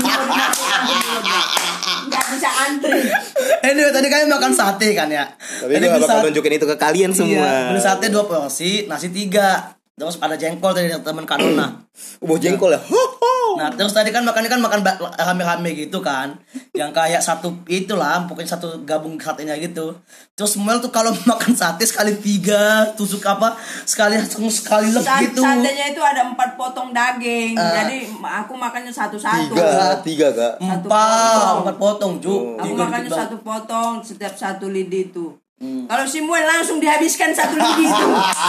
nggak bisa antri. Anyway, tadi kami makan sate kan ya. Tapi gue gak bakal nunjukin itu ke kalian semua. Iya, beli sate 2 porsi, nasi 3. Terus ada jengkol tadi dari teman Kanona. Jengkol ya. Nah, terus tadi kan makan rame-rame gitu kan. Yang kayak satu itulah, pokoknya satu gabung satenya gitu. Terus Muel tuh kalau makan sate sekali 3 tusuk apa, sekali lep gitu. Satenya itu ada 4 potong daging. Jadi aku makannya satu-satu. 3 Kak. 4 potong, Cuk. Aku makannya 1 potong setiap 1 lidi itu. Kalau si Muel langsung dihabiskan 1 lidi itu.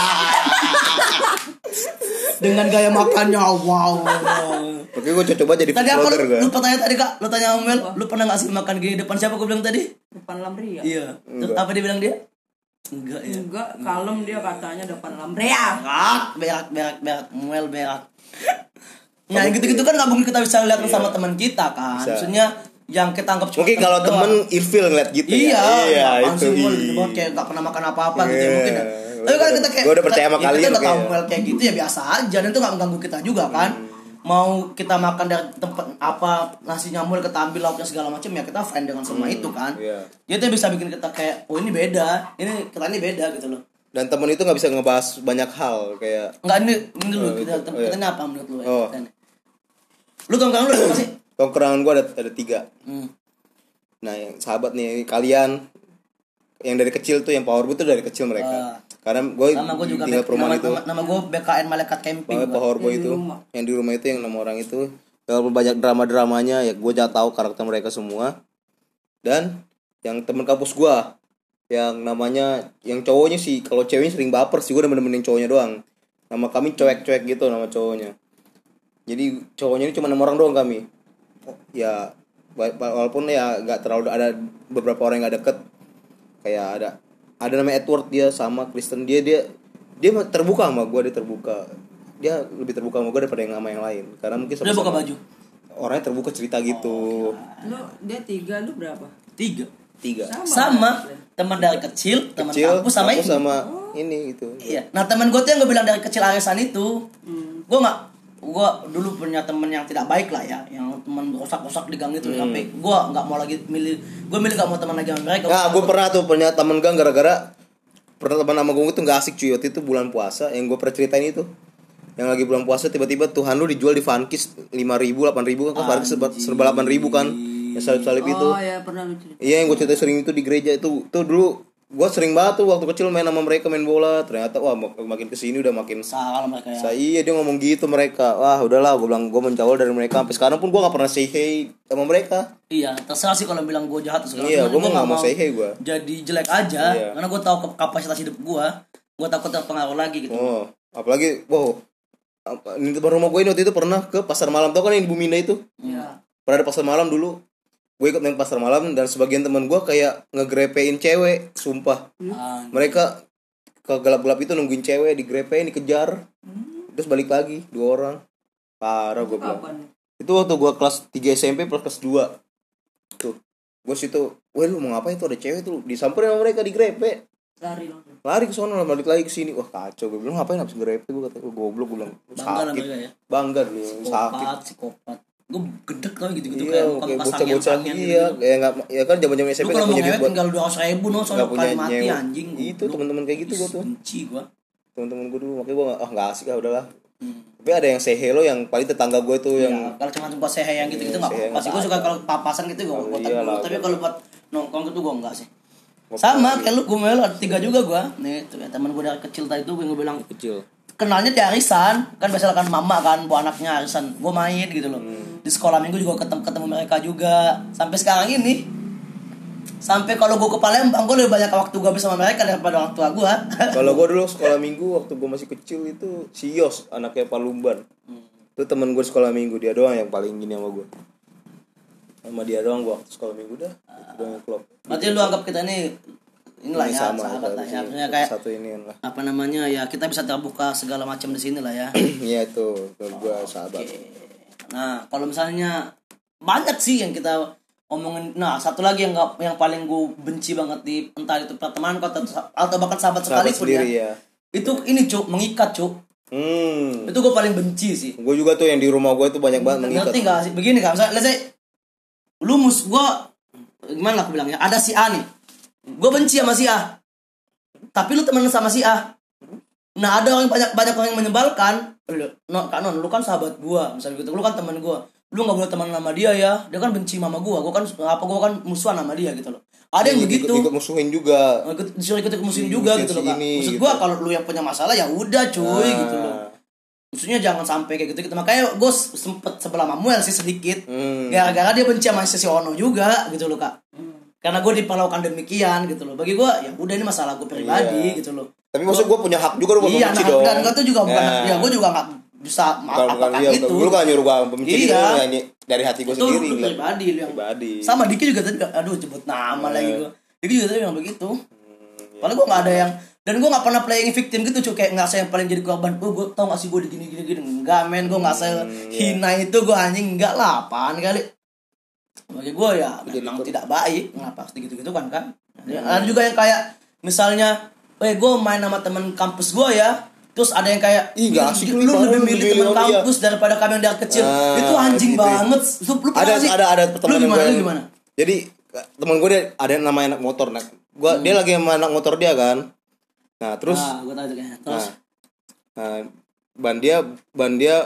Dengan gaya makannya wow. Oke, gue coba jadi Tadi apa vlogger lu tanya tadi Kak? Lu tanya Muel, lu pernah enggak sih makan gini depan siapa gue bilang tadi? Depan Lamria. Iya. Terus apa dia bilang dia? Enggak ya. Enggak, kalem dia katanya depan Lamria. Berak, Muel berak. Nah, gitu-gitu kan nggak mungkin kita bisa lihat sama teman kita kan. Bisa. Maksudnya yang kita anggap cuma Mungkin kalau doang. temen ilfil ngeliat gitu Iya, ya. apaan sih, Muel gitu Iya. banget, kayak nggak pernah makan apa-apa gitu ya Iya. mungkin ya. Tapi kan kita kayak Gua udah percaya sama kita kalian udah tahu kayak. Muel kayak gitu ya biasa aja, dan itu nggak mengganggu kita juga kan. Mau kita makan dari tempat apa, nasinya Muel kita ambil lauknya segala macam ya kita fine dengan semua itu kan. Iya. Jadi itu bisa bikin kita kayak oh ini beda, kita ini beda gitu loh. Dan temen itu nggak bisa ngebahas banyak hal kayak Enggak ini dulu Oh, kita gitu. Oh, iya. ini apa menurut lu? Oh. Lu tongkrongan lu ada apa sih? Tongkrongan gue ada 3. Nah yang sahabat nih kalian yang dari kecil tuh, yang power boy tuh dari kecil mereka. Karena gue tinggal perumahan itu. Nama gue BKN Malaikat Camping. Power boy itu yang di rumah itu, yang 6 orang itu. Walaupun banyak drama-dramanya ya gue udah tahu karakter mereka semua. Dan yang temen kampus gue yang namanya, yang cowoknya sih, kalau ceweknya sering baper sih, gue udah nemenin cowoknya doang. Nama kami cuek-cuek gitu nama cowoknya. Jadi cowoknya ini cuma 6 orang doang kami. Ya walaupun ya nggak terlalu, ada beberapa orang yang nggak deket. Kayak ada namanya Edward, dia sama Kristen, dia terbuka sama gue, dia terbuka. Dia lebih terbuka sama gue daripada yang sama yang lain. Karena mungkin dia buka baju. Orangnya terbuka cerita gitu. Lu dia 3, lu berapa? 3. Sama. Teman dari kecil, teman kampus sama ini. Ini gitu. Iya. Nah, teman gue tuh yang gue bilang dari kecil arisan itu. Gue dulu punya temen yang tidak baik lah ya, yang teman rusak-rusak di gang itu. Sampai gue nggak mau lagi nggak mau teman lagi sama mereka. Nah, gue pernah tuh punya temen gang gara-gara pernah teman sama gue itu nggak asik cuy. Waktu itu bulan puasa, yang gue pernah ceritain itu, yang lagi bulan puasa tiba-tiba Tuhan lu dijual di Vankis 5.000 8.000 kan, harga serba 8.000 kan, ya salib-salib itu. Oh ya, pernah lu cerita. Iya, yang gue cerita sering itu di gereja itu. Tuh dulu gue sering banget tuh waktu kecil main sama mereka, main bola. Ternyata wah makin kesini udah makin salah mereka ya. Iya, dia ngomong gitu mereka. Wah udahlah, gue bilang gue menjauh dari mereka. Sampai sekarang pun gue gak pernah say hey sama mereka. Iya, terserah sih kalau bilang gue jahat sekarang. Iya, gue gak mau say hey gue. Jadi jelek aja, karena gue tahu kapasitas hidup gue takut terpengaruh lagi gitu. Oh, apalagi ini teman rumah gue ini waktu itu pernah ke pasar malam, tau kan yang di Buminda itu? Iya. Pernah ada pasar malam dulu. Gue ikut main pasar malam dan sebagian teman gue kayak ngegrepein cewek, sumpah. Mereka ke gelap-gelap itu nungguin cewek, digrepein, dikejar. Terus balik lagi 2 orang. Parah gue bilang. Itu waktu gue kelas 3 SMP plus kelas 2. Tuh. Gue situ, "Weh, lu mau ngapain tuh, ada cewek tuh." Disamperin sama mereka, digrepe. Lari ke sono, balik lagi ke sini. Wah, kacau. Gue bilang, "Ngapain habis grepe?" Gue kata, "Goblok." Gue bilang, "Sakit." Ya? Bangga dulu, sakit. Psikopat. Gue gedek tau gitu-gitu, iya, kayak bocah-bocah iya gitu. Kayak nggak, ya kan zaman SMP nggak punya duit buat tinggal 200.000 no, soalnya kali mati nyewa. anjing. Itu teman-teman kayak gitu gue tuh. Benci gue. Teman-teman gue dulu, makanya gue nggak asik lah, udahlah. Tapi ada yang say hello, yang paling tetangga gue tuh yang kalau cuma say hey yang gitu-gitu nggak apa-apa sih. Gue suka kalau papasan gitu gue tapi kalau buat nongkrong gitu gue enggak sih. Sama kayak lu, gue ada 3 juga gue. Nih tuh teman gue dari kecil tadi tuh gue bilang kecil. Kenalnya di arisan, kan biasa kan mama kan bawa anaknya arisan, gue main gitu loh. Di sekolah minggu juga ketemu mereka juga. Sampai sekarang ini, sampai kalau gue ke Palembang, gue lebih banyak waktu gue bersama mereka daripada orang tua gue. Kalau gue dulu sekolah minggu waktu gue masih kecil itu si Yos, anaknya Pak Lumban. Itu temen gue sekolah minggu, dia doang yang paling gini sama gue. Sama dia doang gue waktu sekolah minggu dah. Udah ngeklop. Berarti lu anggap kita inilah ya, sama, sahabat lah ya. Artinya kayak satu ini lah. Apa namanya ya, kita bisa terbuka segala macam di sini lah ya. Iya itu, gue sahabat. Nah, kalau misalnya banyak sih yang kita omongin. Nah, satu lagi yang paling gue benci banget di entah itu pertemanan atau bahkan sahabat sekalipun ya. Itu ini Cuk, mengikat Cuk. Itu gue paling benci sih. Gue juga tuh yang di rumah gue tuh banyak banget mengikat. Ngerti gak sih? Begini kan, misalnya let's say lu gue gimana aku bilangnya, ada si A nih, gue benci sama si A, tapi lu temenan sama si A. Nah, ada orang banyak orang yang menyebalkan. Lu kan sahabat gue, misalnya gitu, lu kan teman gue, lu nggak boleh teman sama dia ya, dia kan benci mama gue kan musuhan sama dia gitu loh. Ada yang begitu, ikut musuhin juga, disuruh ikut musuhin juga gitu loh Kak. Maksud gue gitu. Kalau lu yang punya masalah ya udah cuy gitu loh. Maksudnya jangan sampai kayak gitu. Makanya gue sempet sebelah Mamuel sih sedikit. Gara-gara dia benci sama si Ono juga gitu loh Kak. Karena gue diperlakukan demikian gitu loh. Bagi gue ya udah ini masalah gue pribadi gitu loh. Tapi maksud gue punya hak juga buat benci dong. Dan gue tuh juga bukan ya gue juga gak bisa apakah itu. Lu kan nyuruh gue benci dari hati gue sendiri. Itu pribadi. Sama Diki juga tadi, aduh sebut nama lagi gue. Diki juga tadi bilang begitu. Padahal gue gak ada yang, dan gue gak pernah playing victim gitu cuy, kayak ngerasa yang paling jadi korban. Gue tau gak sih gue gini. Enggak men, gue gak hina itu, gue anjing. Enggak lah, apaan kali. Bagi gue ya memang tidak baik. Kenapa harus gitu-gitu kan. Ada juga yang kayak misalnya gue main sama temen kampus gue ya, terus ada yang kayak lu lebih milih teman kampus daripada kami yang dari kecil. Itu anjing gitu banget. Lu ada pertemanan gue gimana? Jadi teman gue dia ada yang namanya anak motor. Dia lagi sama anak motor dia kan. Nah terus gue tahu itu kayaknya. Terus ban dia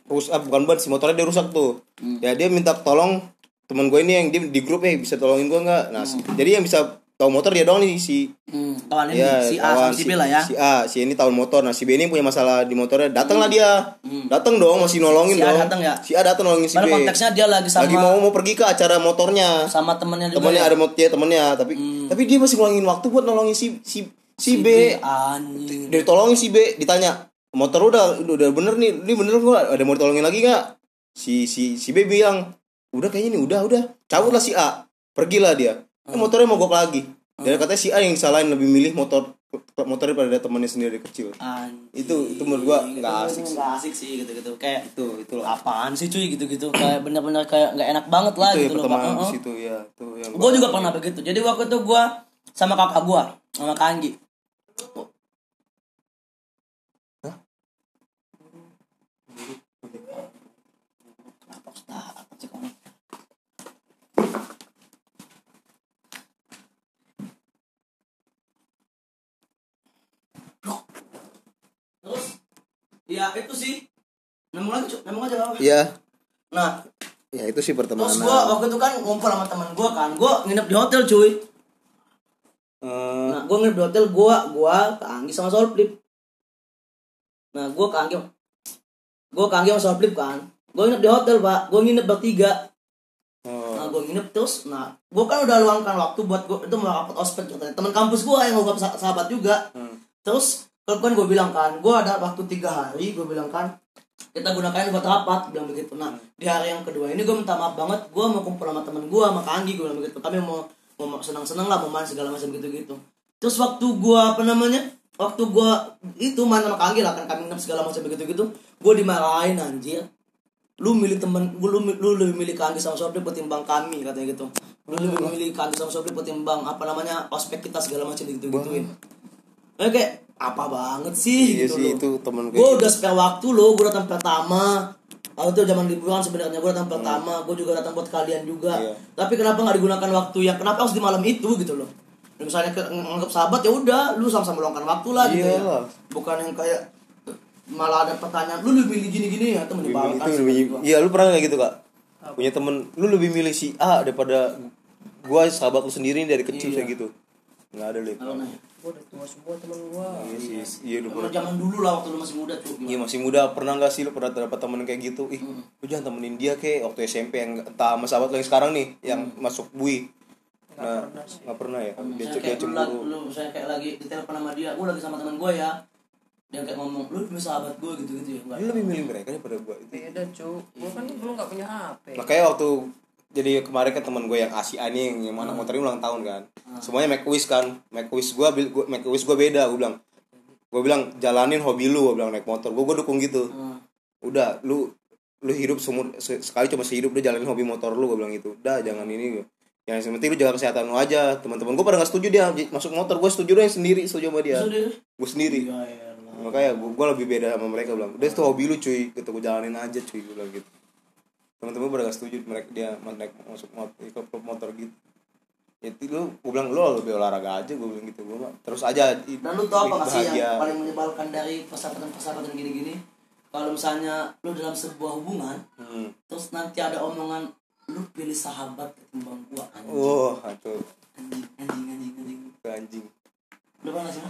bukan ban, si motornya dia rusak tuh. Ya dia minta tolong teman gue ini yang di grup bisa tolongin gue nggak. Nah jadi yang bisa tahu motor dia doang nih si kawan ini si A sama si B lah ya. Si A, si ini tahu motor. Nah si B ini punya masalah di motornya. Datanglah dia. Datang dong, masih nolongin si dong. A datang ya. Si A datang nolongin si B. Konteksnya dia lagi mau pergi ke acara motornya. Sama temennya juga. Temennya ya? Ada temennya, tapi dia masih ngeluangin waktu buat nolongin si B. Anjing. Dia tolongin si B, ditanya, "Motor udah bener nih. Ini bener enggak? Ada mau ditolongin lagi enggak?" Si B bilang, "Udah kayaknya nih, udah." Cabutlah si A. Pergilah dia. Motornya mogok lagi. Dan katanya si A yang disalahin lebih milih motor daripada temannya sendiri dari kecil. Itu menurut gua enggak asik sih gitu-gitu. Kayak itu apaan sih cuy gitu-gitu. Kayak benar-benar kayak enggak enak banget lah itu gitu loh. Di situ ya, itu yang gua juga pernah begitu. Jadi waktu itu gua sama kakak gua, sama Kak Anggi. Terus ya itu sih nemu aja lah. Iya. Nah ya itu sih pertemanan. Terus gue waktu itu kan ngumpul sama teman gue kan, gue nginep di hotel cuy. Nah gue nginep di hotel, gue Kak Anggi sama Solflip. Nah gue Kak Anggi sama Solflip kan, gue nginep di hotel pak, gue nginep bertiga. Nah gue nginep terus, nah gue kan udah luangkan waktu buat gue itu mau rapat ospek katanya teman kampus gue yang gue sahabat juga. Terus kalau kan gue bilang kan, gue ada waktu 3 hari, gue bilang kan kita gunakan buat rapat, bilang begitu. Nah di hari yang kedua ini gue minta maaf banget, gue mau kumpul sama temen gue, sama Kak Anggi, gue bilang begitu. Kami mau senang-senang lah, mau main segala macam gitu-gitu. Terus waktu gue waktu gue itu main sama Kak Anggi lah kan, kami nginep segala macam gitu-gitu, gue dimarahin anjir. Lu milih temen, lu lebih milih Kak Anggi sama Sobri ketimbang kami, katanya gitu. Lu lebih milih Kak Anggi sama Sobri ketimbang ospek kita segala macam gitu-gituin. Kayak apa banget sih iya gitu sih, loh. Itu temen gue udah spare waktu lo, gue datang pertama. Lalu itu zaman liburan sebenarnya gue datang pertama, gue juga datang buat kalian juga. Tapi kenapa nggak digunakan waktu yang kenapa harus di malam itu gitu loh? Dan misalnya nganggap sahabat ya udah, lu sama-sama meluangkan waktu lah gitu ya. Bukan yang kayak malah ada pertanyaan, lu lebih milih gini-gini ya temen dibawakan. Iya, lu pernah kayak gitu Kak? Punya temen, lu lebih milih si A daripada gua sahabat lu sendiri dari kecil kayak gitu. Nggak ada deh. Gua udah tua semua temen gua. Iya dulu. Zaman dulu lah waktu lu masih muda tuh. Iya masih muda, pernah nggak sih lu pernah dapat temen kayak gitu? Lu jangan temenin dia kayak waktu SMP yang entah sama sahabat lu yang sekarang nih, yang masuk bui. Nah, nggak pernah ya. Dia cemburu. Lu saya kayak lagi ditelepon sama dia, gua lagi sama teman gua ya. Dia kayak ngomong, lu lebih sahabat gua gitu-gitu ya. Lu lebih milih mereka daripada gua itu. Beda, cu. Gua kan dulu enggak punya HP. Makanya waktu jadi kemarin kan teman gue yang Asia nih yang mana motornya ulang tahun kan. Semuanya make wish kan. Make wish gue beda, gue bilang jalanin hobi lu, gue bilang naik motor. Gue dukung gitu. Udah lu hidup sekali cuma sehidup, lu jalanin hobi motor lu, gue bilang gitu. Udah jangan ini gue. Yang penting lu jaga kesehatan lu aja. Teman-teman gue pada enggak setuju dia masuk motor, gue setuju deh sendiri, setuju sama dia. Gue sendiri. Makanya gue lebih beda sama mereka, bilang. Udah itu hobi lu cuy, gitu gue jalanin aja cuy, gue bilang gitu. Teman-teman pada gak setuju mereka dia naik masuk motor gitu. Itu gue bilang lu lebih olahraga aja, gue bilang gitu. Gue terus aja. Dan lu tau apa sih yang paling menyebalkan dari persahabatan gini-gini? Kalau misalnya lu dalam sebuah hubungan, terus nanti ada omongan lu pilih sahabat ketimbang gua anjing. Itu anjing. Lu pernah sih?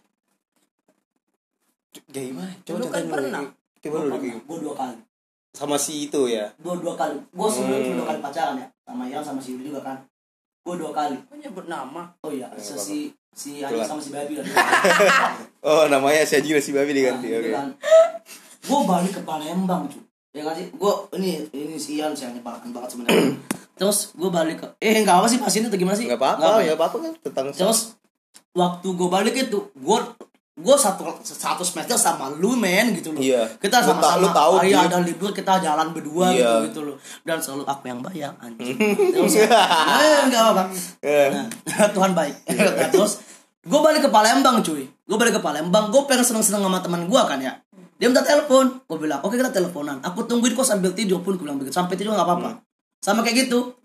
Gimana? Coba kan pernah. Coba lu lagi. Gua 2 kali. Sama si itu ya. Gua 2 kali. Gua sebelumnya 2 kali pacaran ya. Sama Ian sama si Yudi juga kan. Gua 2 kali. Kok nyebut nama? Oh iya, si Ani sama si Babi lah. Namanya si Aji si Babi diganti. Oke. Gua balik ke Palembang, cuy. Ya kan sih? Gua ini si Ian sih nyebalkan banget sebenarnya. Terus gua balik ke enggak apa sih pas ini atau gimana sih? Enggak apa-apa kan tentang. Terus waktu gua balik itu gue satu semester sama lu men gitu loh. Iya. Kita sama-sama ada dia. libur kita jalan berdua gitu loh. Dan selalu aku yang bayar anjing. Terus enggak apa-apa. Nah, Tuhan baik. Nah, terus gue balik ke Palembang cuy. Gue pengen seneng-seneng sama teman gue kan ya. Dia minta telepon. Gue bilang, "Oke, kita teleponan. Aku tungguin kok sambil tidur pun." Gue bilang begitu. Sampai tidur enggak apa-apa. Sama kayak gitu.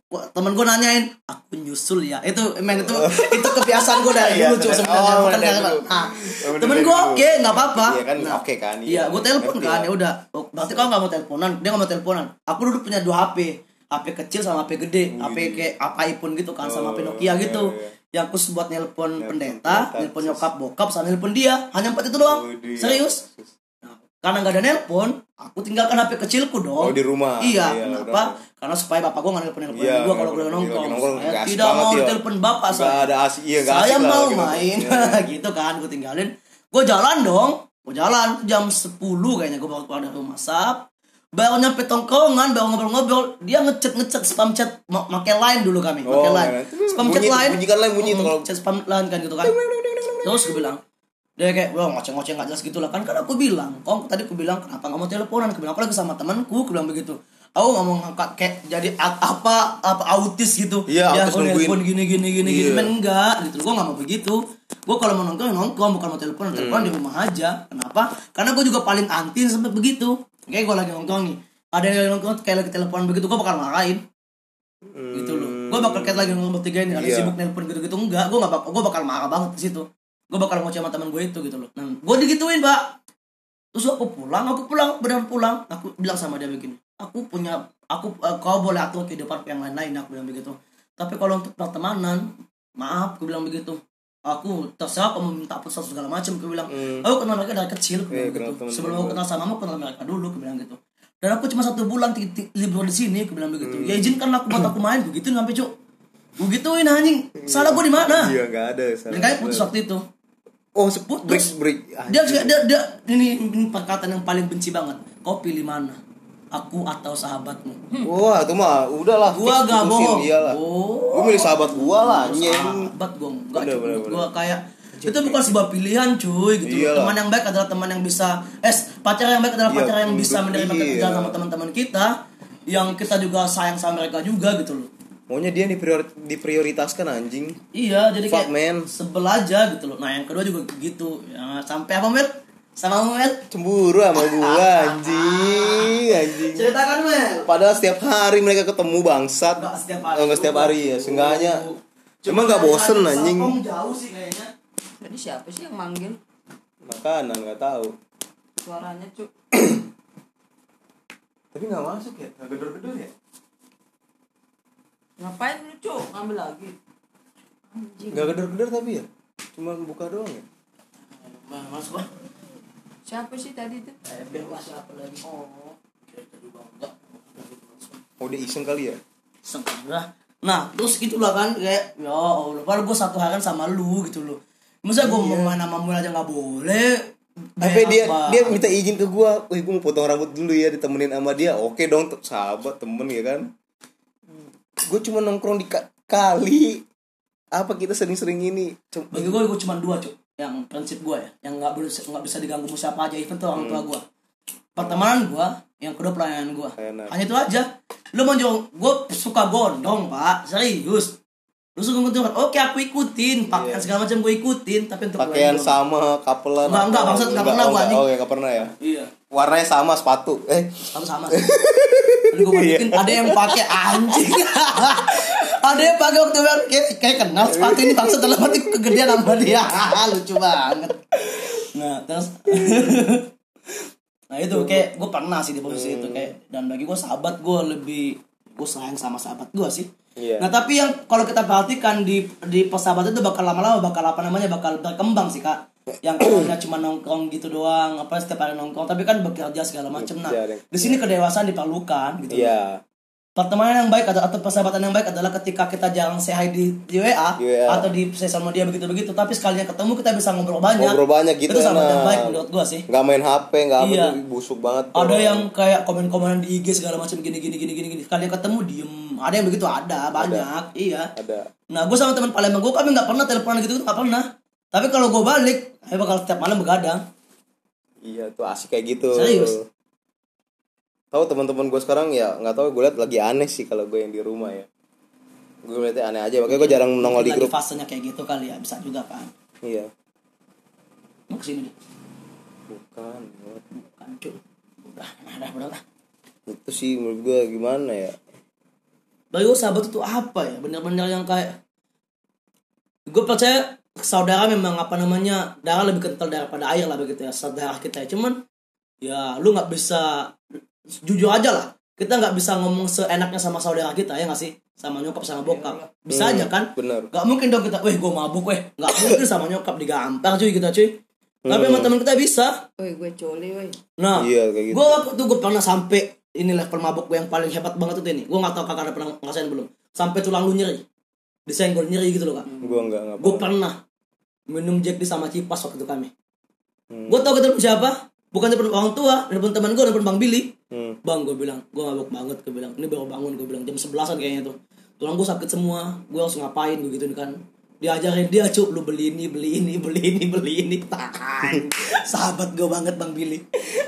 temen gue nanyain, aku nyusul ya. Itu kebiasaan gue dari dulu cuy sebenarnya. Bukan karena temen gue oke, nggak apa-apa. Iya kan, oke kan. Iya, gue telepon kan, ya udah. Berarti kalau nggak mau teleponan, dia nggak mau teleponan. Aku dulu punya 2 HP, HP kecil sama HP gede, HP kayak apa iPhone gitu kan, sama HP Nokia gitu. Yang khusus buat nelpon pendeta, nelpon nyokap bokap, sama nelpon dia. Hanya 4 itu doang. Serius. Karena nggak ada nelpon, aku tinggalkan HP kecilku dong. Di rumah. Iya, kenapa? Karena supaya bapak gue nggak nelpon gue kalau gue nongkrong. Saya tidak mau telepon bapak saya. Saya mau main, gitu kan. Gue tinggalin. Gue jalan dong. Gue jalan jam 10 kayaknya gue baru keluar dari rumah sap. Baru nyampe tongkrongan, baru ngobrol-ngobrol. Dia ngechat spam chat, pakai line dulu kami, pakai line. Spam chat line. Bunyikan line bunyi itu kalau chat spam line kan gitu kan. Terus gue bilang, dia kayak ngoceh-ngoceh nggak jelas gitu lah kan. Karena aku bilang, tadi aku bilang kenapa nggak mau teleponan? Aku bilang aku lagi sama temanku, aku bilang begitu. Aku nggak mau ngangkat kayak jadi apa autis gitu. Iya, ya autis aku telepon gini Iya. Men enggak gitu. Gue nggak mau begitu. Gue kalau mau nongkrong bukan mau telepon di rumah aja. Kenapa? Karena gue juga paling anti sampai begitu. Kayak gue lagi nongkrong nih, ada yang nongkrong kayak lagi telepon begitu, gue bakal marahin. Gitu loh. Gue bakal kayak lagi ngomong bertiga ini, ada sibuk nelpon gitu-gitu enggak, gue bakal marah banget di situ. Gue bakal ngoceh sama teman gue itu gitu loh. Nah, gue digituin, Pak. Terus aku pulang, benar pulang. Aku bilang sama dia begini, kau boleh atur kehidupan yang lain-lain, aku bilang begitu. Tapi kalau untuk pertemanan, maaf, aku bilang begitu. Aku terserah kamu minta apa segala macam, aku bilang. Aku kenal mereka dari kecil, aku bilang gitu. Sebelum aku kenal sama kamu, kenal mereka dulu, aku bilang gitu. Dan aku cuma 1 bulan libur di sini, aku bilang begitu. Ya izinkan aku buat aku main, begitu sampai cuk. Begituin anjing. Salah gue di mana? Iya, enggak ada salah. Dan kayak putus waktu itu. Oh, break. Dia ini perkataan yang paling benci banget. Kau pilih mana? Aku atau sahabatmu? Wah, itu mah udahlah. Gua gak bohong. Gua milih sahabat gua lah, anjing. Sahabat gua enggak cukup. Gua kayak itu bukan sebuah pilihan cuy gitu. Teman yang baik adalah teman yang bisa pacar yang baik adalah pacar yang bisa menerima kita sama teman-teman kita, yang kita juga sayang sama mereka juga gitu loh. Maunya dia diprioritaskan anjing. Iya, jadi fuck, kayak man. Sebel aja gitu loh. Nah, yang kedua juga gitu. Ya, sampai apa, Mel? Sama Mel? Cemburu sama gua anjing. Ceritakan, Mel. Padahal setiap hari mereka ketemu bangsat. Enggak setiap hari ya, seenggaknya. Cuma enggak bosen anjing. Jauh sih kayaknya. Jadi siapa sih yang manggil? Makanan enggak tahu. Suaranya cuk. Tapi enggak masuk ya, enggak gedor-gedor ya. Ngapain lu cuk? Ngambil lagi. Anjing. Enggak gedor-gedor tapi ya. Cuma buka doang ya. Masuk, Bang. Siapa sih tadi itu? Biar siapa lagi? Oh, kita juga enggak. Oh, dia iseng kali ya. Sengaja. Nah, terus itulah kan kayak ya Allah, padahal gue 1 hari sama lu gitu loh. Masa gue mau main sama mu aja nggak boleh? Tapi dia minta izin ke gue. Wih, gue mau potong rambut dulu ya, ditemenin sama dia. Oke dong, sahabat temen ya kan. Gue cuma nongkrong di kali. Apa kita sering-sering ini? Bagi gue cuma 2 cuk. Yang prinsip gue ya, yang nggak bisa diganggu siapa aja, even tuh orang tua gue. Pertemanan gue, yang kedua pelayanan gue. Hanya itu aja. Lu mau jauh, gue suka gondong Pak, serius. Lu suka gondong, oke aku ikutin, pakaian segala macam gue ikutin, tapi untuk pakaian sama, kapelan. Enggak, maksud enggak pernah gue anjing. Oh ya, enggak pernah ya. Iya. Warnanya sama sepatu. Sama sih. Gue mungkin ada yang pakai anjing. Ada yang pakai waktu kayak kenal sepatu ini bangsa dalam hati kegedean sama dia. Lucu banget. Nah, terus nah itu kayak gue pernah sih di posisi itu kayak, dan bagi gue sahabat gue sayang sama sahabat gue sih. Nah tapi yang kalau kita perhatikan di persahabatan itu bakal lama-lama bakal berkembang sih Kak. Yang awalnya cuma nongkrong gitu doang, setiap hari nongkrong, tapi kan bekerja segala macam. Nah di sini kedewasaan diperlukan gitu. Pertemanan yang baik atau persahabatan yang baik adalah ketika kita jarang say hi di WA atau di sosial media begitu-begitu, tapi sekalinya ketemu kita bisa ngobrol banyak gitu. Itu sahabat yang baik menurut gua sih. Gak main HP, gak apa, busuk banget. Ada yang kayak komen-komenan di IG segala macam gini. Sekalinya ketemu diem. Ada yang begitu, ada banyak. Iya. Ada. Nah, gua sama teman Palembang gua kami nggak pernah teleponan gitu, nggak pernah. Tapi kalau gua balik, ayo bakal setiap malam begadang. Iya, tuh asik kayak gitu. Serius. Tahu teman-teman gue sekarang ya nggak tahu, gue liat lagi aneh sih kalau gue yang di rumah ya. Gue liatnya aneh aja, makanya gue jarang nongol di grup. Fasenya kayak gitu kali ya, bisa juga kan. Iya. Mau kesini deh. Bukan Cuy. Udah. Itu sih menurut gue gimana ya. bagi gue sahabat itu apa ya, benar-benar yang kayak gue percaya saudara memang darah lebih kental daripada air lah begitu ya, saudara kita ya. Cuman ya lu nggak bisa, jujur aja lah, kita nggak bisa ngomong seenaknya sama saudara kita ya nggak sih, sama nyokap sama bokap bisa aja kan, bener. Nggak mungkin dong kita, gue mabuk nggak mungkin sama nyokap digampar cuy kita cuy. Tapi sama teman kita bisa. Gue coli, Nah, iya, kayak gitu. gue waktu itu gue pernah sampai ini level mabuk gue yang paling hebat banget itu ini. Gue nggak tahu kakak ada pernah ngerasain belum. Sampai tulang lu nyeri, disenggol nyeri gitu loh kak. Gue enggak. Gue pernah minum Jack di sama Cipas waktu itu kami. Gue tau kita siapa? Bukan telepon orang tua, telepon teman gue, telepon Bang Billy. Bang, gue bilang, gue mabuk banget. Gue bilang, ini baru bangun. Gue bilang jam 11-an kayaknya tuh. Tulang gue sakit semua. Gue langsung ngapain gue gitu kan. Diajarin dia, cuk, lu beli ini. Tahan. Sahabat gue banget Bang Billy.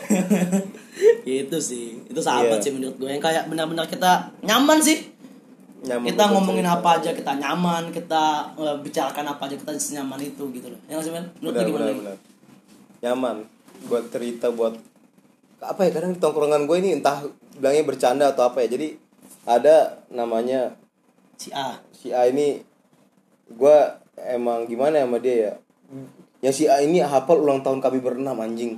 Gitu sih. Itu sahabat sih menurut gue. Yang kayak benar-benar kita nyaman sih. Kita ngomongin apa aja kita nyaman, kita bicarakan apa aja kita senyaman itu gitu loh. Yang sih men, menurut lu gimana? Benar. Nyaman buat cerita, buat apa ya, kadang di tongkrongan gue ini entah bilangnya bercanda atau apa ya. Jadi ada namanya Si A ini, gue emang gimana sama dia ya. Yang si A ini hafal ulang tahun kami berenam anjing.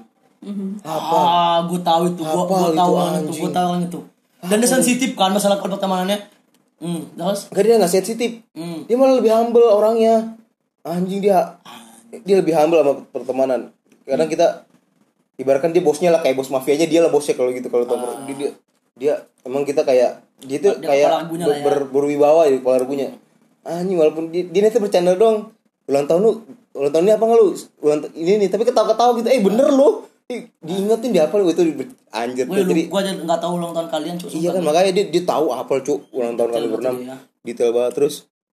Apa? Gue tahu itu. Gue tahu orang itu. Dan dia sensitif kan masalah pertemanannya. Terus? Enggak, dia nggak sensitif. Dia malah lebih humble orangnya. Anjing, dia lebih humble sama pertemanan. Kadang kita ibaratkan dia bosnya lah, kayak bos mafianya dia lah bosnya kalau gitu. Kalau dia emang kita kayak dia tuh kayak berwibawa di kepala lagunya. Anjing, walaupun dia nanti bercanda dong. Ulang tahun ini apa nggak lu? Ini nih, tapi ketawa-ketawa gitu. Bener lu. Diingetin, dihafal itu anjir. Jadi gua aja enggak tahu ulang tahun kalian, Cuk. Iya kan, makanya dia tahu hafal, Cuk, ulang tahun kalian berenam. Ya. Detail banget. Terus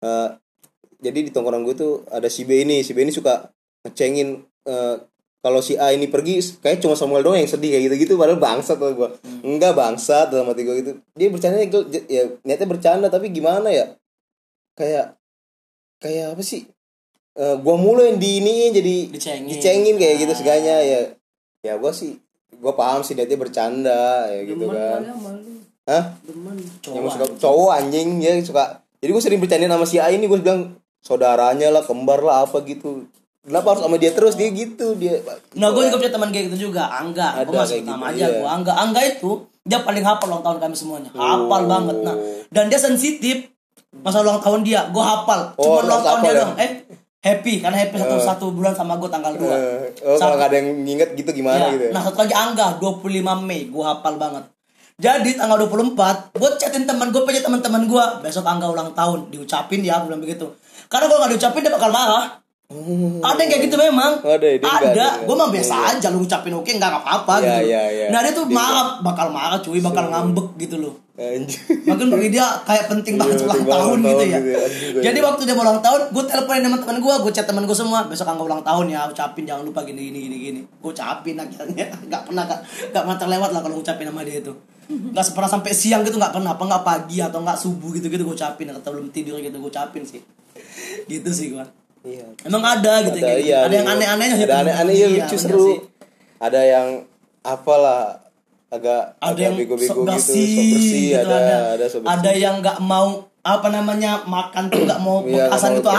jadi di tongkrongan gue tuh ada si B ini suka ngecengin kalau si A ini pergi kayak cuma Samuel doang yang sedih kayak gitu-gitu, padahal bangsat tuh gue. Enggak bangsat dalam hati gue gitu. Dia bercanda ya, niatnya bercanda tapi gimana ya? Kayak apa sih? Gue mulu yang diiniin jadi dicengin kayak gitu segalanya ya. Ya gue paham sih dia bercanda ya gitu kan. Hah? Yang suka cowok anjing ya suka. Jadi gue sering bercanda sama si A ini, gue bilang saudaranya lah, kembar lah apa gitu. Kenapa harus sama dia terus, dia gitu dia. Nah, gue juga punya teman kayak gitu juga, Angga. Gue masih nama aja gue. Angga itu dia paling hafal ulang tahun kami semuanya. Hafal banget. Nah, dan dia sensitif masa ulang tahun dia. Gue hafal. Cuma ulang tahun dia dong. Happy karena happy satu bulan sama gue tanggal 2. Kalau nggak ada yang nginget gitu gimana gitu. Nah, satu lagi Angga 25 Mei, gue hafal banget. Jadi tanggal 24, gue chatin teman gue, punya teman-teman gue, besok Angga ulang tahun, diucapin ya, gue bilang begitu. Karena kalau nggak diucapin dia bakal marah. Ada yang kayak gitu memang. Ada. Gue mah biasa aja, lu ucapin oke nggak apa-apa gitu. Nah dia tuh bakal marah cuy, bakal ngambek gitu loh. Makin bagi dia kayak penting banget ulang tahun gitu ya. Jadi waktu dia mau ulang tahun, gue teleponin teman-teman gue chat teman gue semua, besok Angga ulang tahun ya, ucapin jangan lupa gini. Gue ucapin akhirnya, nggak pernah terlewat lah kalau ngucapin sama dia itu. Nggak pernah sampai siang gitu, nggak pernah, apa nggak pagi atau nggak subuh gitu gue ucapin, atau belum tidur gitu gue ucapin sih. Gitu sih gue. Iya. Emang ada gitu ya. Iya, ada yang aneh-anehnya gitu. Ada aneh-anehnya lucu seru. Ada yang apalah agak bego-bego gitu, bersih gitu, ada yang nggak mau makan tuh nggak mau bekasan gitu,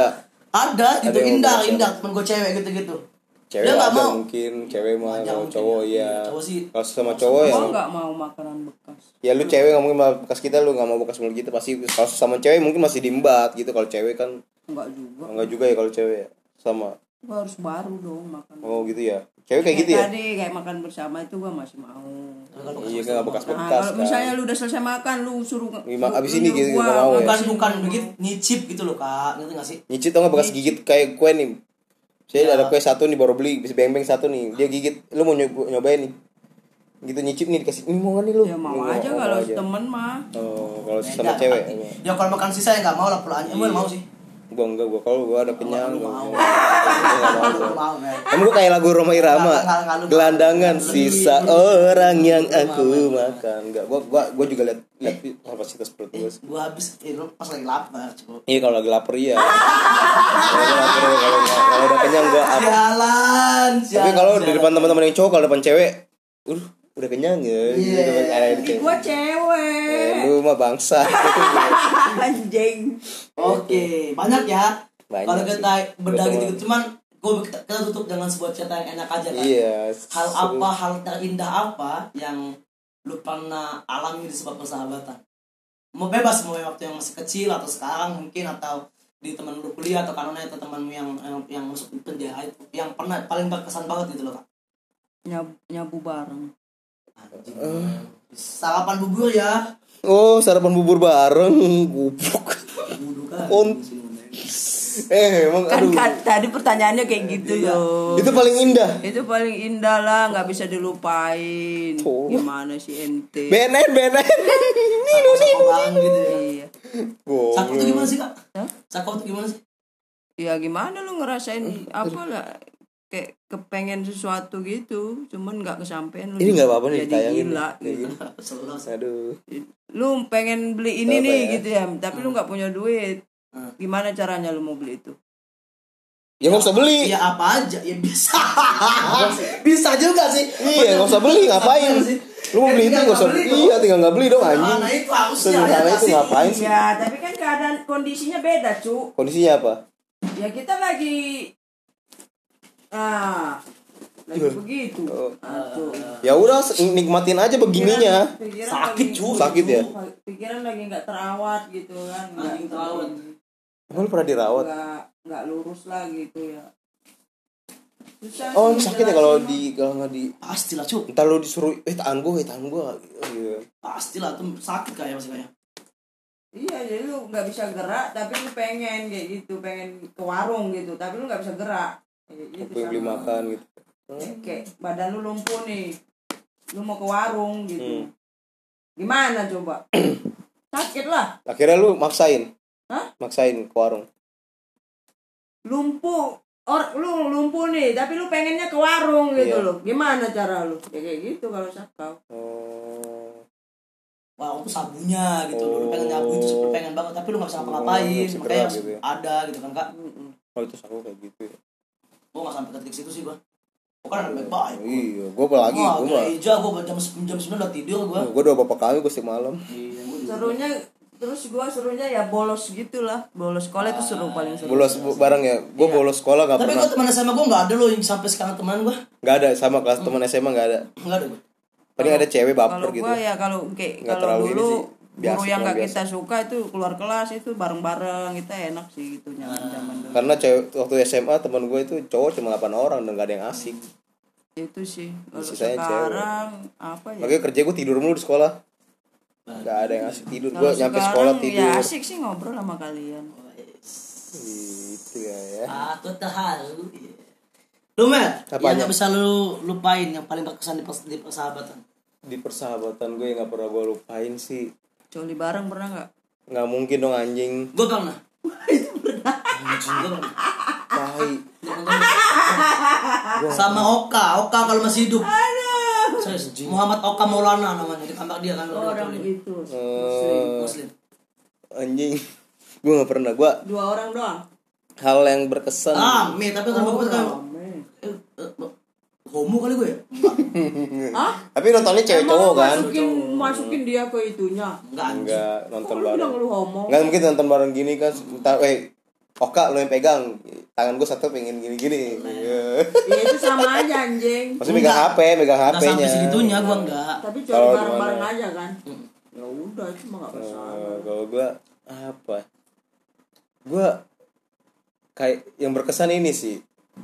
ada gitu, indah temen gue cewek gitu. Cewek dia nggak mau, mungkin cewek mah, kalau cowok ya. Kalau sama cowok ya nggak mau makanan bekas. Ya lu cewek nggak mungkin bekas kita, lu nggak mau bekas mulut kita pasti. Kalau sama cewek mungkin masih diembat gitu, kalau cewek kan enggak juga ya kalau cewek ya. Sama gua harus baru dong makan. Oh gitu ya, cewek kayak gitu ya. Tadi kayak makan bersama itu gua masih mau. Iya kan bekas-bekas kalau misalnya lu udah selesai makan, lu suruh abis ini gitu nggak mau ya. Bukan begitu nyicip gitu loh kak, ngerti nggak sih? Nyicip tau nggak, bekas gigit kayak kue nih. Saya ada kue satu nih baru beli, bisa beng-beng satu nih, dia gigit, lu mau nyobain nih, gitu nyicip nih dikasih, ini mau nggak nih lu? Ya mau aja kalau temen mah. Oh kalau sama cewek. Ya kalau makan sisa ya nggak mau lah pulang, mau sih. Gua enggak, kalau gua ada kenyang mau. Kamu kayak lagu Roma Irama, gelandangan sisa orang yang aku makan. Enggak, gua juga lihat kapasitas perut gua. Gua habis pas lagi lapar. Iya kalau lagi lapar iya. Kalau udah kenyang gua apa? Sialan. Tapi kalau di depan teman-teman yang cowok, kalau depan cewek, udah kenyang ya. Iya. Gua cewek. Lu mah bangsa. Anjing. Oke, banyak ya. Banyak Kalau sih. kita bedah Betul. gitu, cuman kita tutup dengan sebuah cerita yang enak aja kan. Iya. Hal terindah apa yang lu pernah alami di sebuah persahabatan? Mau bebas, mau waktu yang masih kecil atau sekarang mungkin, atau di teman lu kuliah atau karena itu temanmu yang masuk penjara itu, yang pernah paling berkesan banget gitu loh Kak. Nyabu bareng. Anjing. Sarapan bubur ya. Oh, sarapan bubur bareng, gubuk. Budu kan. Emang aduh. Kan tadi pertanyaannya kayak gitu Iya. loh. Itu paling indah. Itu paling indah lah, nggak bisa dilupain. Oh. Gimana sih ente? Benen. Sako bareng gitu ya. Iya. Sako tuh gimana sih Kak? Hah? Sako tuh gimana sih? Ya gimana lu ngerasain apa lah? Kayak kepengen sesuatu gitu, cuman nggak kesampean lu. Ini nggak apa-apa nih jadi ditayangin. gila. Kayak Gitu. gini. Selos. Aduh. Lu pengen beli ini Apa nih ya? gitu ya, tapi lu nggak punya duit. Hmm. Gimana caranya lu mau beli itu? Ya nggak usah beli. Ya apa aja, ya bisa. Bisa juga sih. Iya, nggak usah beli, ngapain? Lu mau beli itu nggak usah beli. Iya, tinggal nggak beli dong anjing. Nah itu harusnya Sederhana ya itu kasih. ngapain sih? Ya, tapi kan keadaan kondisinya beda, cu. Kondisinya apa? Ya kita lagi begitu. Oh. Tuh. Ya udah, nikmatin aja begininya. Pikiran Sakit, lagi- cu. Sakit ya? Pikiran lagi nggak terawat gitu kan, Lagi terawat. Emang lu pernah dirawat? nggak lurus lah gitu ya. Susah Oh, sih sakit ya kalau jelasin, kalau nggak di Pastilah cu. entar lu disuruh tahan gua. Iya. Pastilah tuh sakit kayak masih kayak. Iya, jadi lu nggak bisa gerak, tapi lu pengen kayak gitu, pengen ke warung gitu, tapi lu nggak bisa gerak. Kayak gitu Pengen beli sama. makan gitu. Kayak badan lu lumpuh nih, lu mau ke warung gitu. Hmm. Gimana coba? Sakit lah, Akhirnya lu maksain. Hah? Maksain ke warung. lumpuh. Lu lumpuh nih, tapi lu pengennya ke warung gitu Iya. loh. Gimana cara lu? Ya kayak gitu kalau sakau. Oh. Wah, itu sabunnya gitu. Lu pengen nyabu itu super pengen banget, tapi lu nggak bisa ngapa-ngapain. nggak bisa Makanya gerak gitu ya. ada gitu kan Kak. Oh, itu aku kayak gitu ya. Gua nggak sampai ke titik situ sih gua. Gua kan anak baik-baik. Iya, gua apalagi Wah, gua mah. gereja gua jam 9 udah tidur gua. Gua udah bapak kami gua setiap malam. Iya, gua juga. Serunya serunya ya bolos gitulah. Bolos sekolah itu seru, paling seru. Bolos bareng ya. Gua Iya. bolos sekolah enggak Tapi pernah. gua teman SMA gua nggak ada loh yang sampai sekarang teman gua. Enggak ada sama kelas teman SMA enggak ada. Nggak ada gua. Paling ada cewek baper Kalau gitu. gua ya kalau Nggak kalau terlalu ini dulu sih. Biasa, guru yang nggak biasa. kita suka itu keluar kelas itu bareng-bareng, kita enak sih gitu zaman dulu. Karena cewek waktu SMA teman gue itu cowok cuma 8 orang dan gak ada yang asik. Itu sih. Kalau Sisanya sekarang apa ya? Makanya kerja gue tidur mulu di sekolah. Gak ada yang asik tidur. Gue Kalau nyampe sekarang sekolah tidur. ya asik sih ngobrol sama kalian. Gitu ya. Aku tahu. Lu Matt, yang Apanya? nggak bisa lu lupain, yang paling berkesan di persahabatan. Di persahabatan gue gak pernah gue lupain sih. Coli bareng pernah nggak? Gak mungkin dong anjing. Gue pernah. Anjing, gua pernah. Tai. Sama Oka kalau masih hidup. Serius, Muhammad Oka Maulana namanya, di kamar dia kan. Orang Muslim. itu. Muslim. Anjing. Gue gak pernah. Gue 2 orang doang. hal yang berkesan. Tapi kan gue kan rame. homo kali gue ya? Hah? Tapi nontonnya cewek Emang cowok lu kan. masukin dia ke itunya. Enggak anjing. Enggak nonton Kok lu bareng. bilang lu homo? Enggak mungkin nonton bareng gini kan. Entar Oka lo yang pegang. Tangan gue satu pengen gini-gini. Iya. Ya itu sama aja anjing. Maksudnya megang HP, megang Enggak sampai HP-nya. segitunya gue enggak. Tapi Kalau coli bareng-bareng gimana? aja kan. Ya udah itu mah enggak masalah. Kalau gue apa? Gue kayak yang berkesan ini sih.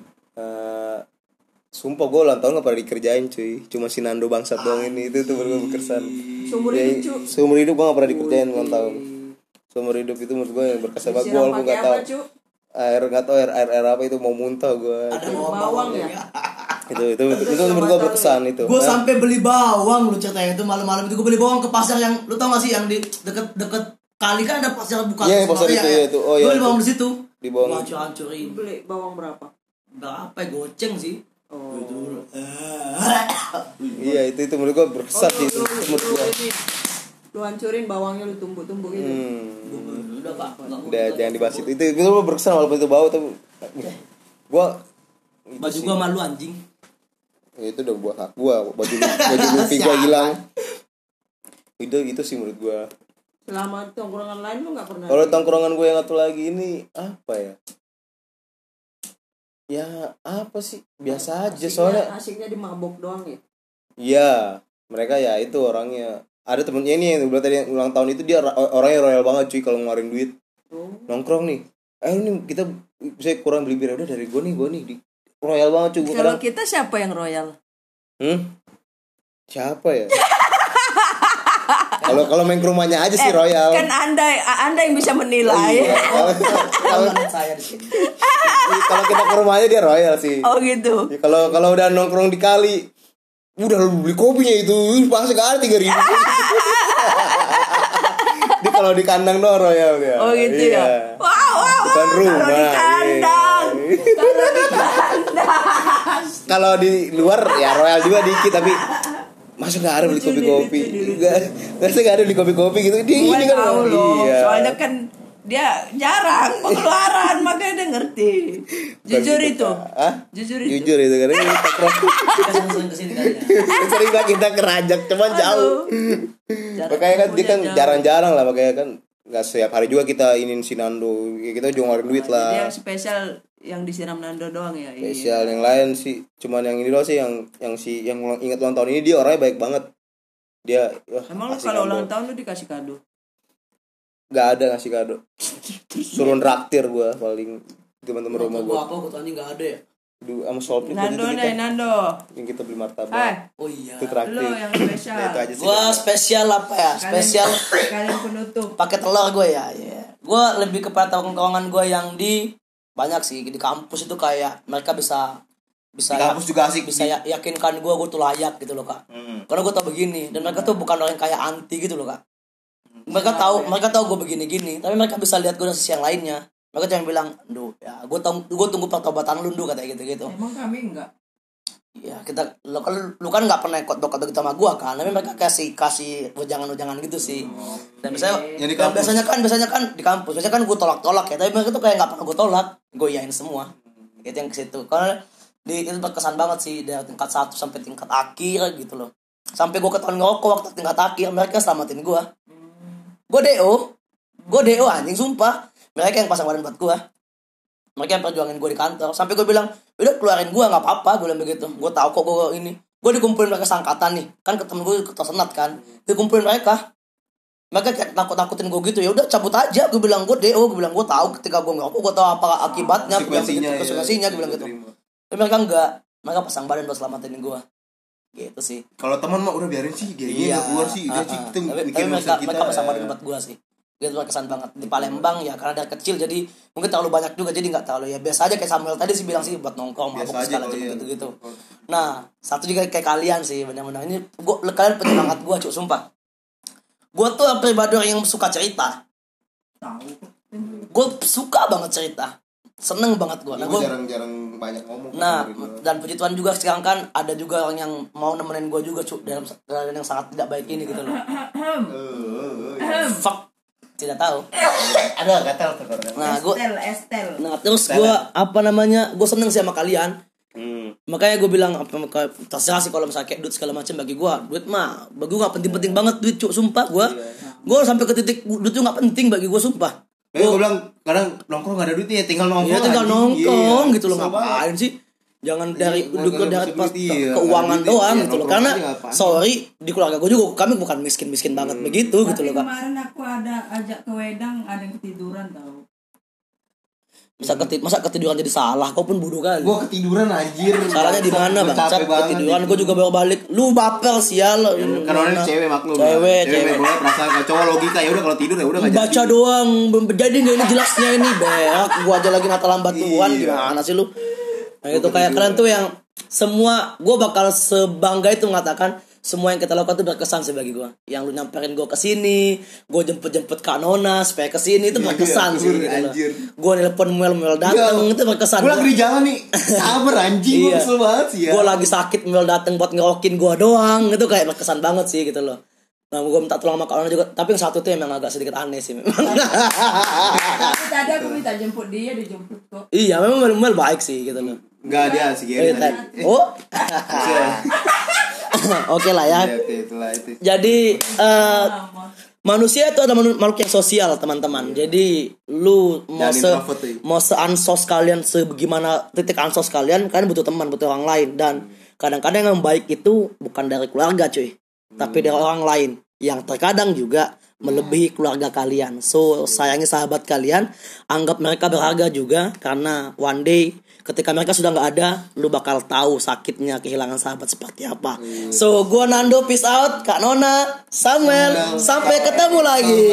Sumpah gue ulang tahun gak pernah dikerjain cuy. Cuma si Nando bangsat doang ini. Itu tuh baru gue berkesan. Seumur Ya, hidup, Cu. seumur hidup gue gak pernah dikerjain ulang tahun. Seumur hidup itu menurut gue yang berkesan banget. Gue Disiram walaupun pakai gak apa, tau Cu? air gak tau air apa itu mau muntah gue. Ada Bawang ya? Itu menurut gue berkesan itu. Gue sampai beli bawang lu ceritanya itu malam-malam itu gue beli bawang ke pasar yang lu tau gak sih yang di deket kali kan ada pasar buka. Iya, pasar itu, ya, itu. Oh, gue iya, beli bawang itu. di situ. Di bawang. Gua hancur-hancurin. Beli bawang berapa? Berapa ya, goceng sih. Oh. Iya itu menurut gue berkesan sih itu menurut gue. Lu hancurin bawangnya, lu tumbuk-tumbuk gitu. Udah pak. Udah jangan dibahas itu berkesan walaupun itu bau tapi gue Baju gua malu anjing. itu udah buat hak gua, baju Luffy gua hilang. Itu sih menurut gua. Selama tongkrongan lain lu nggak pernah. Kalau tongkrongan gue yang satu lagi ini apa ya? Ya apa sih? Biasa aja soalnya. Asiknya di mabok doang ya. Iya, mereka ya itu orangnya. Ada temennya ini yang tadi ulang tahun itu dia orangnya royal banget cuy kalau ngeluarin duit. Nongkrong nih. Ini kita saya kurang beli bir udah dari gue nih di royal banget cuy. Kalau kita siapa yang royal? Siapa ya? Kalau main ke rumahnya aja sih royal. Kan anda yang bisa menilai. Kalau saya di sini. Kalau kita ke rumahnya dia royal sih. Oh gitu. Ya, kalau udah nongkrong di kali, udah beli kopinya itu pas sekali 3.000. Dia kalau di kandang doang royal ya. Oh gitu iya. ya. Wow. Bukan rumah. Kalau di kandang. Kalau di luar ya royal juga dikit tapi masa nggak ada beli kopi-kopi? Masa nggak ada beli kopi-kopi gitu? Dia Gue ini kan tahu loh. iya. Soalnya kan dia jarang pengeluaran makanya dia ngerti. Jujur Bukan itu. Hah? Jujur itu. Jujur itu karena kita Sering kesini kan ya. sering lah kita kerajak cuman jauh. Makanya kan dia kan jarang-jarang lah makanya kan nggak setiap hari juga kita inin si Nando. Kita juga ngeluarin duit lah. Dia yang spesial yang disiram Nando doang ya. Spesial yang lain sih cuman yang ini doang sih yang ingat ulang tahun ini dia orangnya baik banget. Dia Emang lu kalau ulang tahun lu dikasih kado? Gak ada ngasih kado. Suruh traktir gue paling teman-teman rumah gue. Apa gue tadi nggak ada ya? Dulu sama Solpit Nando nih Nando. yang kita beli martabak. Oh iya. Itu traktir. Lu yang spesial. Nah, itu aja sih. Gue spesial apa ya? Spesial Kalian penutup. pakai telur gue ya. Gue lebih kepada tongkrongan gue yang di banyak sih di kampus itu kayak mereka bisa Di kampus juga asik. bisa yakinkan gue tuh layak gitu loh kak. Karena gue tau begini dan mereka tuh bukan orang yang kayak anti gitu loh kak. Mereka tahu gue begini-gini tapi mereka bisa lihat gue dari sisi yang lainnya. Mereka cuma bilang, "Duh, ya gue tunggu pertobatan lu kata gitu." Emang kami enggak. Ya kita lu kan nggak pernah ikut dokter gitu sama gue kan, tapi mereka kasih ujangan gitu sih. Dan biasanya kan di kampus biasanya kan gue tolak ya, tapi mereka tuh kayak nggak pernah gue tolak, gue yain semua. Itu yang ke situ. Karena itu berkesan banget sih dari tingkat 1 sampai tingkat akhir gitu loh. Sampai gue ketahuan ngerokok waktu tingkat akhir mereka selamatin gue. Gue DO anjing sumpah. Mereka yang pasang badan buat gue. Mereka yang perjuangin gue di kantor. Sampai gue bilang, udah keluarin gue gak apa-apa. Gue bilang begitu. Gue tahu kok gue ini. Gue dikumpulin mereka sangkatan nih. Kan ketemu gue ketua senat kan. Dikumpulin mereka. Mereka kayak takut-takutin gue gitu. Ya udah cabut aja. Gue bilang gue DO. Gue bilang gue tahu ketika gue ngerokok. Gue tahu apa akibatnya. Konsekuensinya. Gue bilang gitu. Tapi mereka enggak. Mereka pasang badan buat selamatin gue. Gitu sih. Kalau teman mah udah biarin sih. Dia keluar sih. Udah sih kita mikirin mereka pasang badan buat gue sih. Gitu berkesan banget di Palembang ya karena dari kecil jadi mungkin terlalu banyak juga jadi nggak terlalu ya biasa aja kayak Samuel tadi sih bilang sih buat nongkrong mabuk segala macam gitu. Nah satu juga kayak kalian sih benar-benar ini kalian penyemangat gue cuy sumpah. Gue tuh pribadi yang suka cerita. Gue suka banget cerita. Seneng banget gue. Nah, gue jarang banyak ngomong. Nah dan puji Tuhan juga sekarang kan ada juga orang yang mau nemenin gue juga cuy dalam yang sangat tidak baik ini gitu loh. Fuck. Tidak tahu. Ada gatel tuh. Nah, Estel. Nah, terus gue gue seneng sih sama kalian. Makanya gue bilang terserah sih kalau misalnya kayak duit segala macam bagi gue. Duit mah bagi gue nggak penting-penting banget duit cuk sumpah gue. Gue sampai ke titik duit itu nggak penting bagi gue sumpah. Gue bilang kadang nongkrong nggak ada duitnya tinggal nongkrong. Iya tinggal nongkrong gitu loh ngapain sih? Jangan dari keuangan doang gitu loh. Karena sorry di keluarga gue juga kami bukan miskin banget begitu gitu loh kak. Kemarin aku ada ajak ke Wedang ada yang ketiduran tau. Masa ketiduran jadi salah? Kau pun bodoh kan? Gue ketiduran anjir. Salahnya di mana bang? Ketiduran gue juga baru balik. Lu baper sial. Karena cewek maklum. Cewek. Boleh perasaan kalau cowok logika ya udah kalau tidur ya udah enggak baca doang. Jadi nggak ini jelasnya ini berak. Gue aja lagi mata lambat duluan gimana sih lu? Nah itu kayak kalian tuh yang semua gue bakal sebangga itu mengatakan semua yang kita lakukan tuh berkesan sih bagi gue. Yang lu nyamperin gue ke sini, gue jemput Kak Nona supaya ke sini itu berkesan sih gitu loh. Gue nelpon Mel dateng itu berkesan. Gue lagi di jalan nih, sabar anjing, gue kesel banget sih ya. Gue lagi sakit Mel dateng buat ngerokin gue doang, itu kayak berkesan banget sih gitu loh. Nah gue minta tolong sama Kak Nona juga, tapi yang satu tuh emang agak sedikit aneh sih memang. Tapi tadi aku minta jemput dia dijemput kok. Iya memang Mel baik sih gitu loh. Enggak dia si Gary tadi. Oh. Oke lah ya. Oke, itulah itu. Jadi manusia itu adalah makhluk yang sosial, teman-teman. Jadi lu mau se-ansos kalian, sebagaimana titik ansos kalian butuh teman, butuh orang lain. Dan kadang-kadang yang baik itu bukan dari keluarga, cuy, tapi dari orang lain yang terkadang juga melebihi keluarga kalian. So, sayangi sahabat kalian, anggap mereka berharga juga, karena one day ketika mereka sudah nggak ada, lu bakal tahu sakitnya kehilangan sahabat seperti apa. So, gua Nando, peace out. Kak Nona, Samuel, sampai ketemu lagi.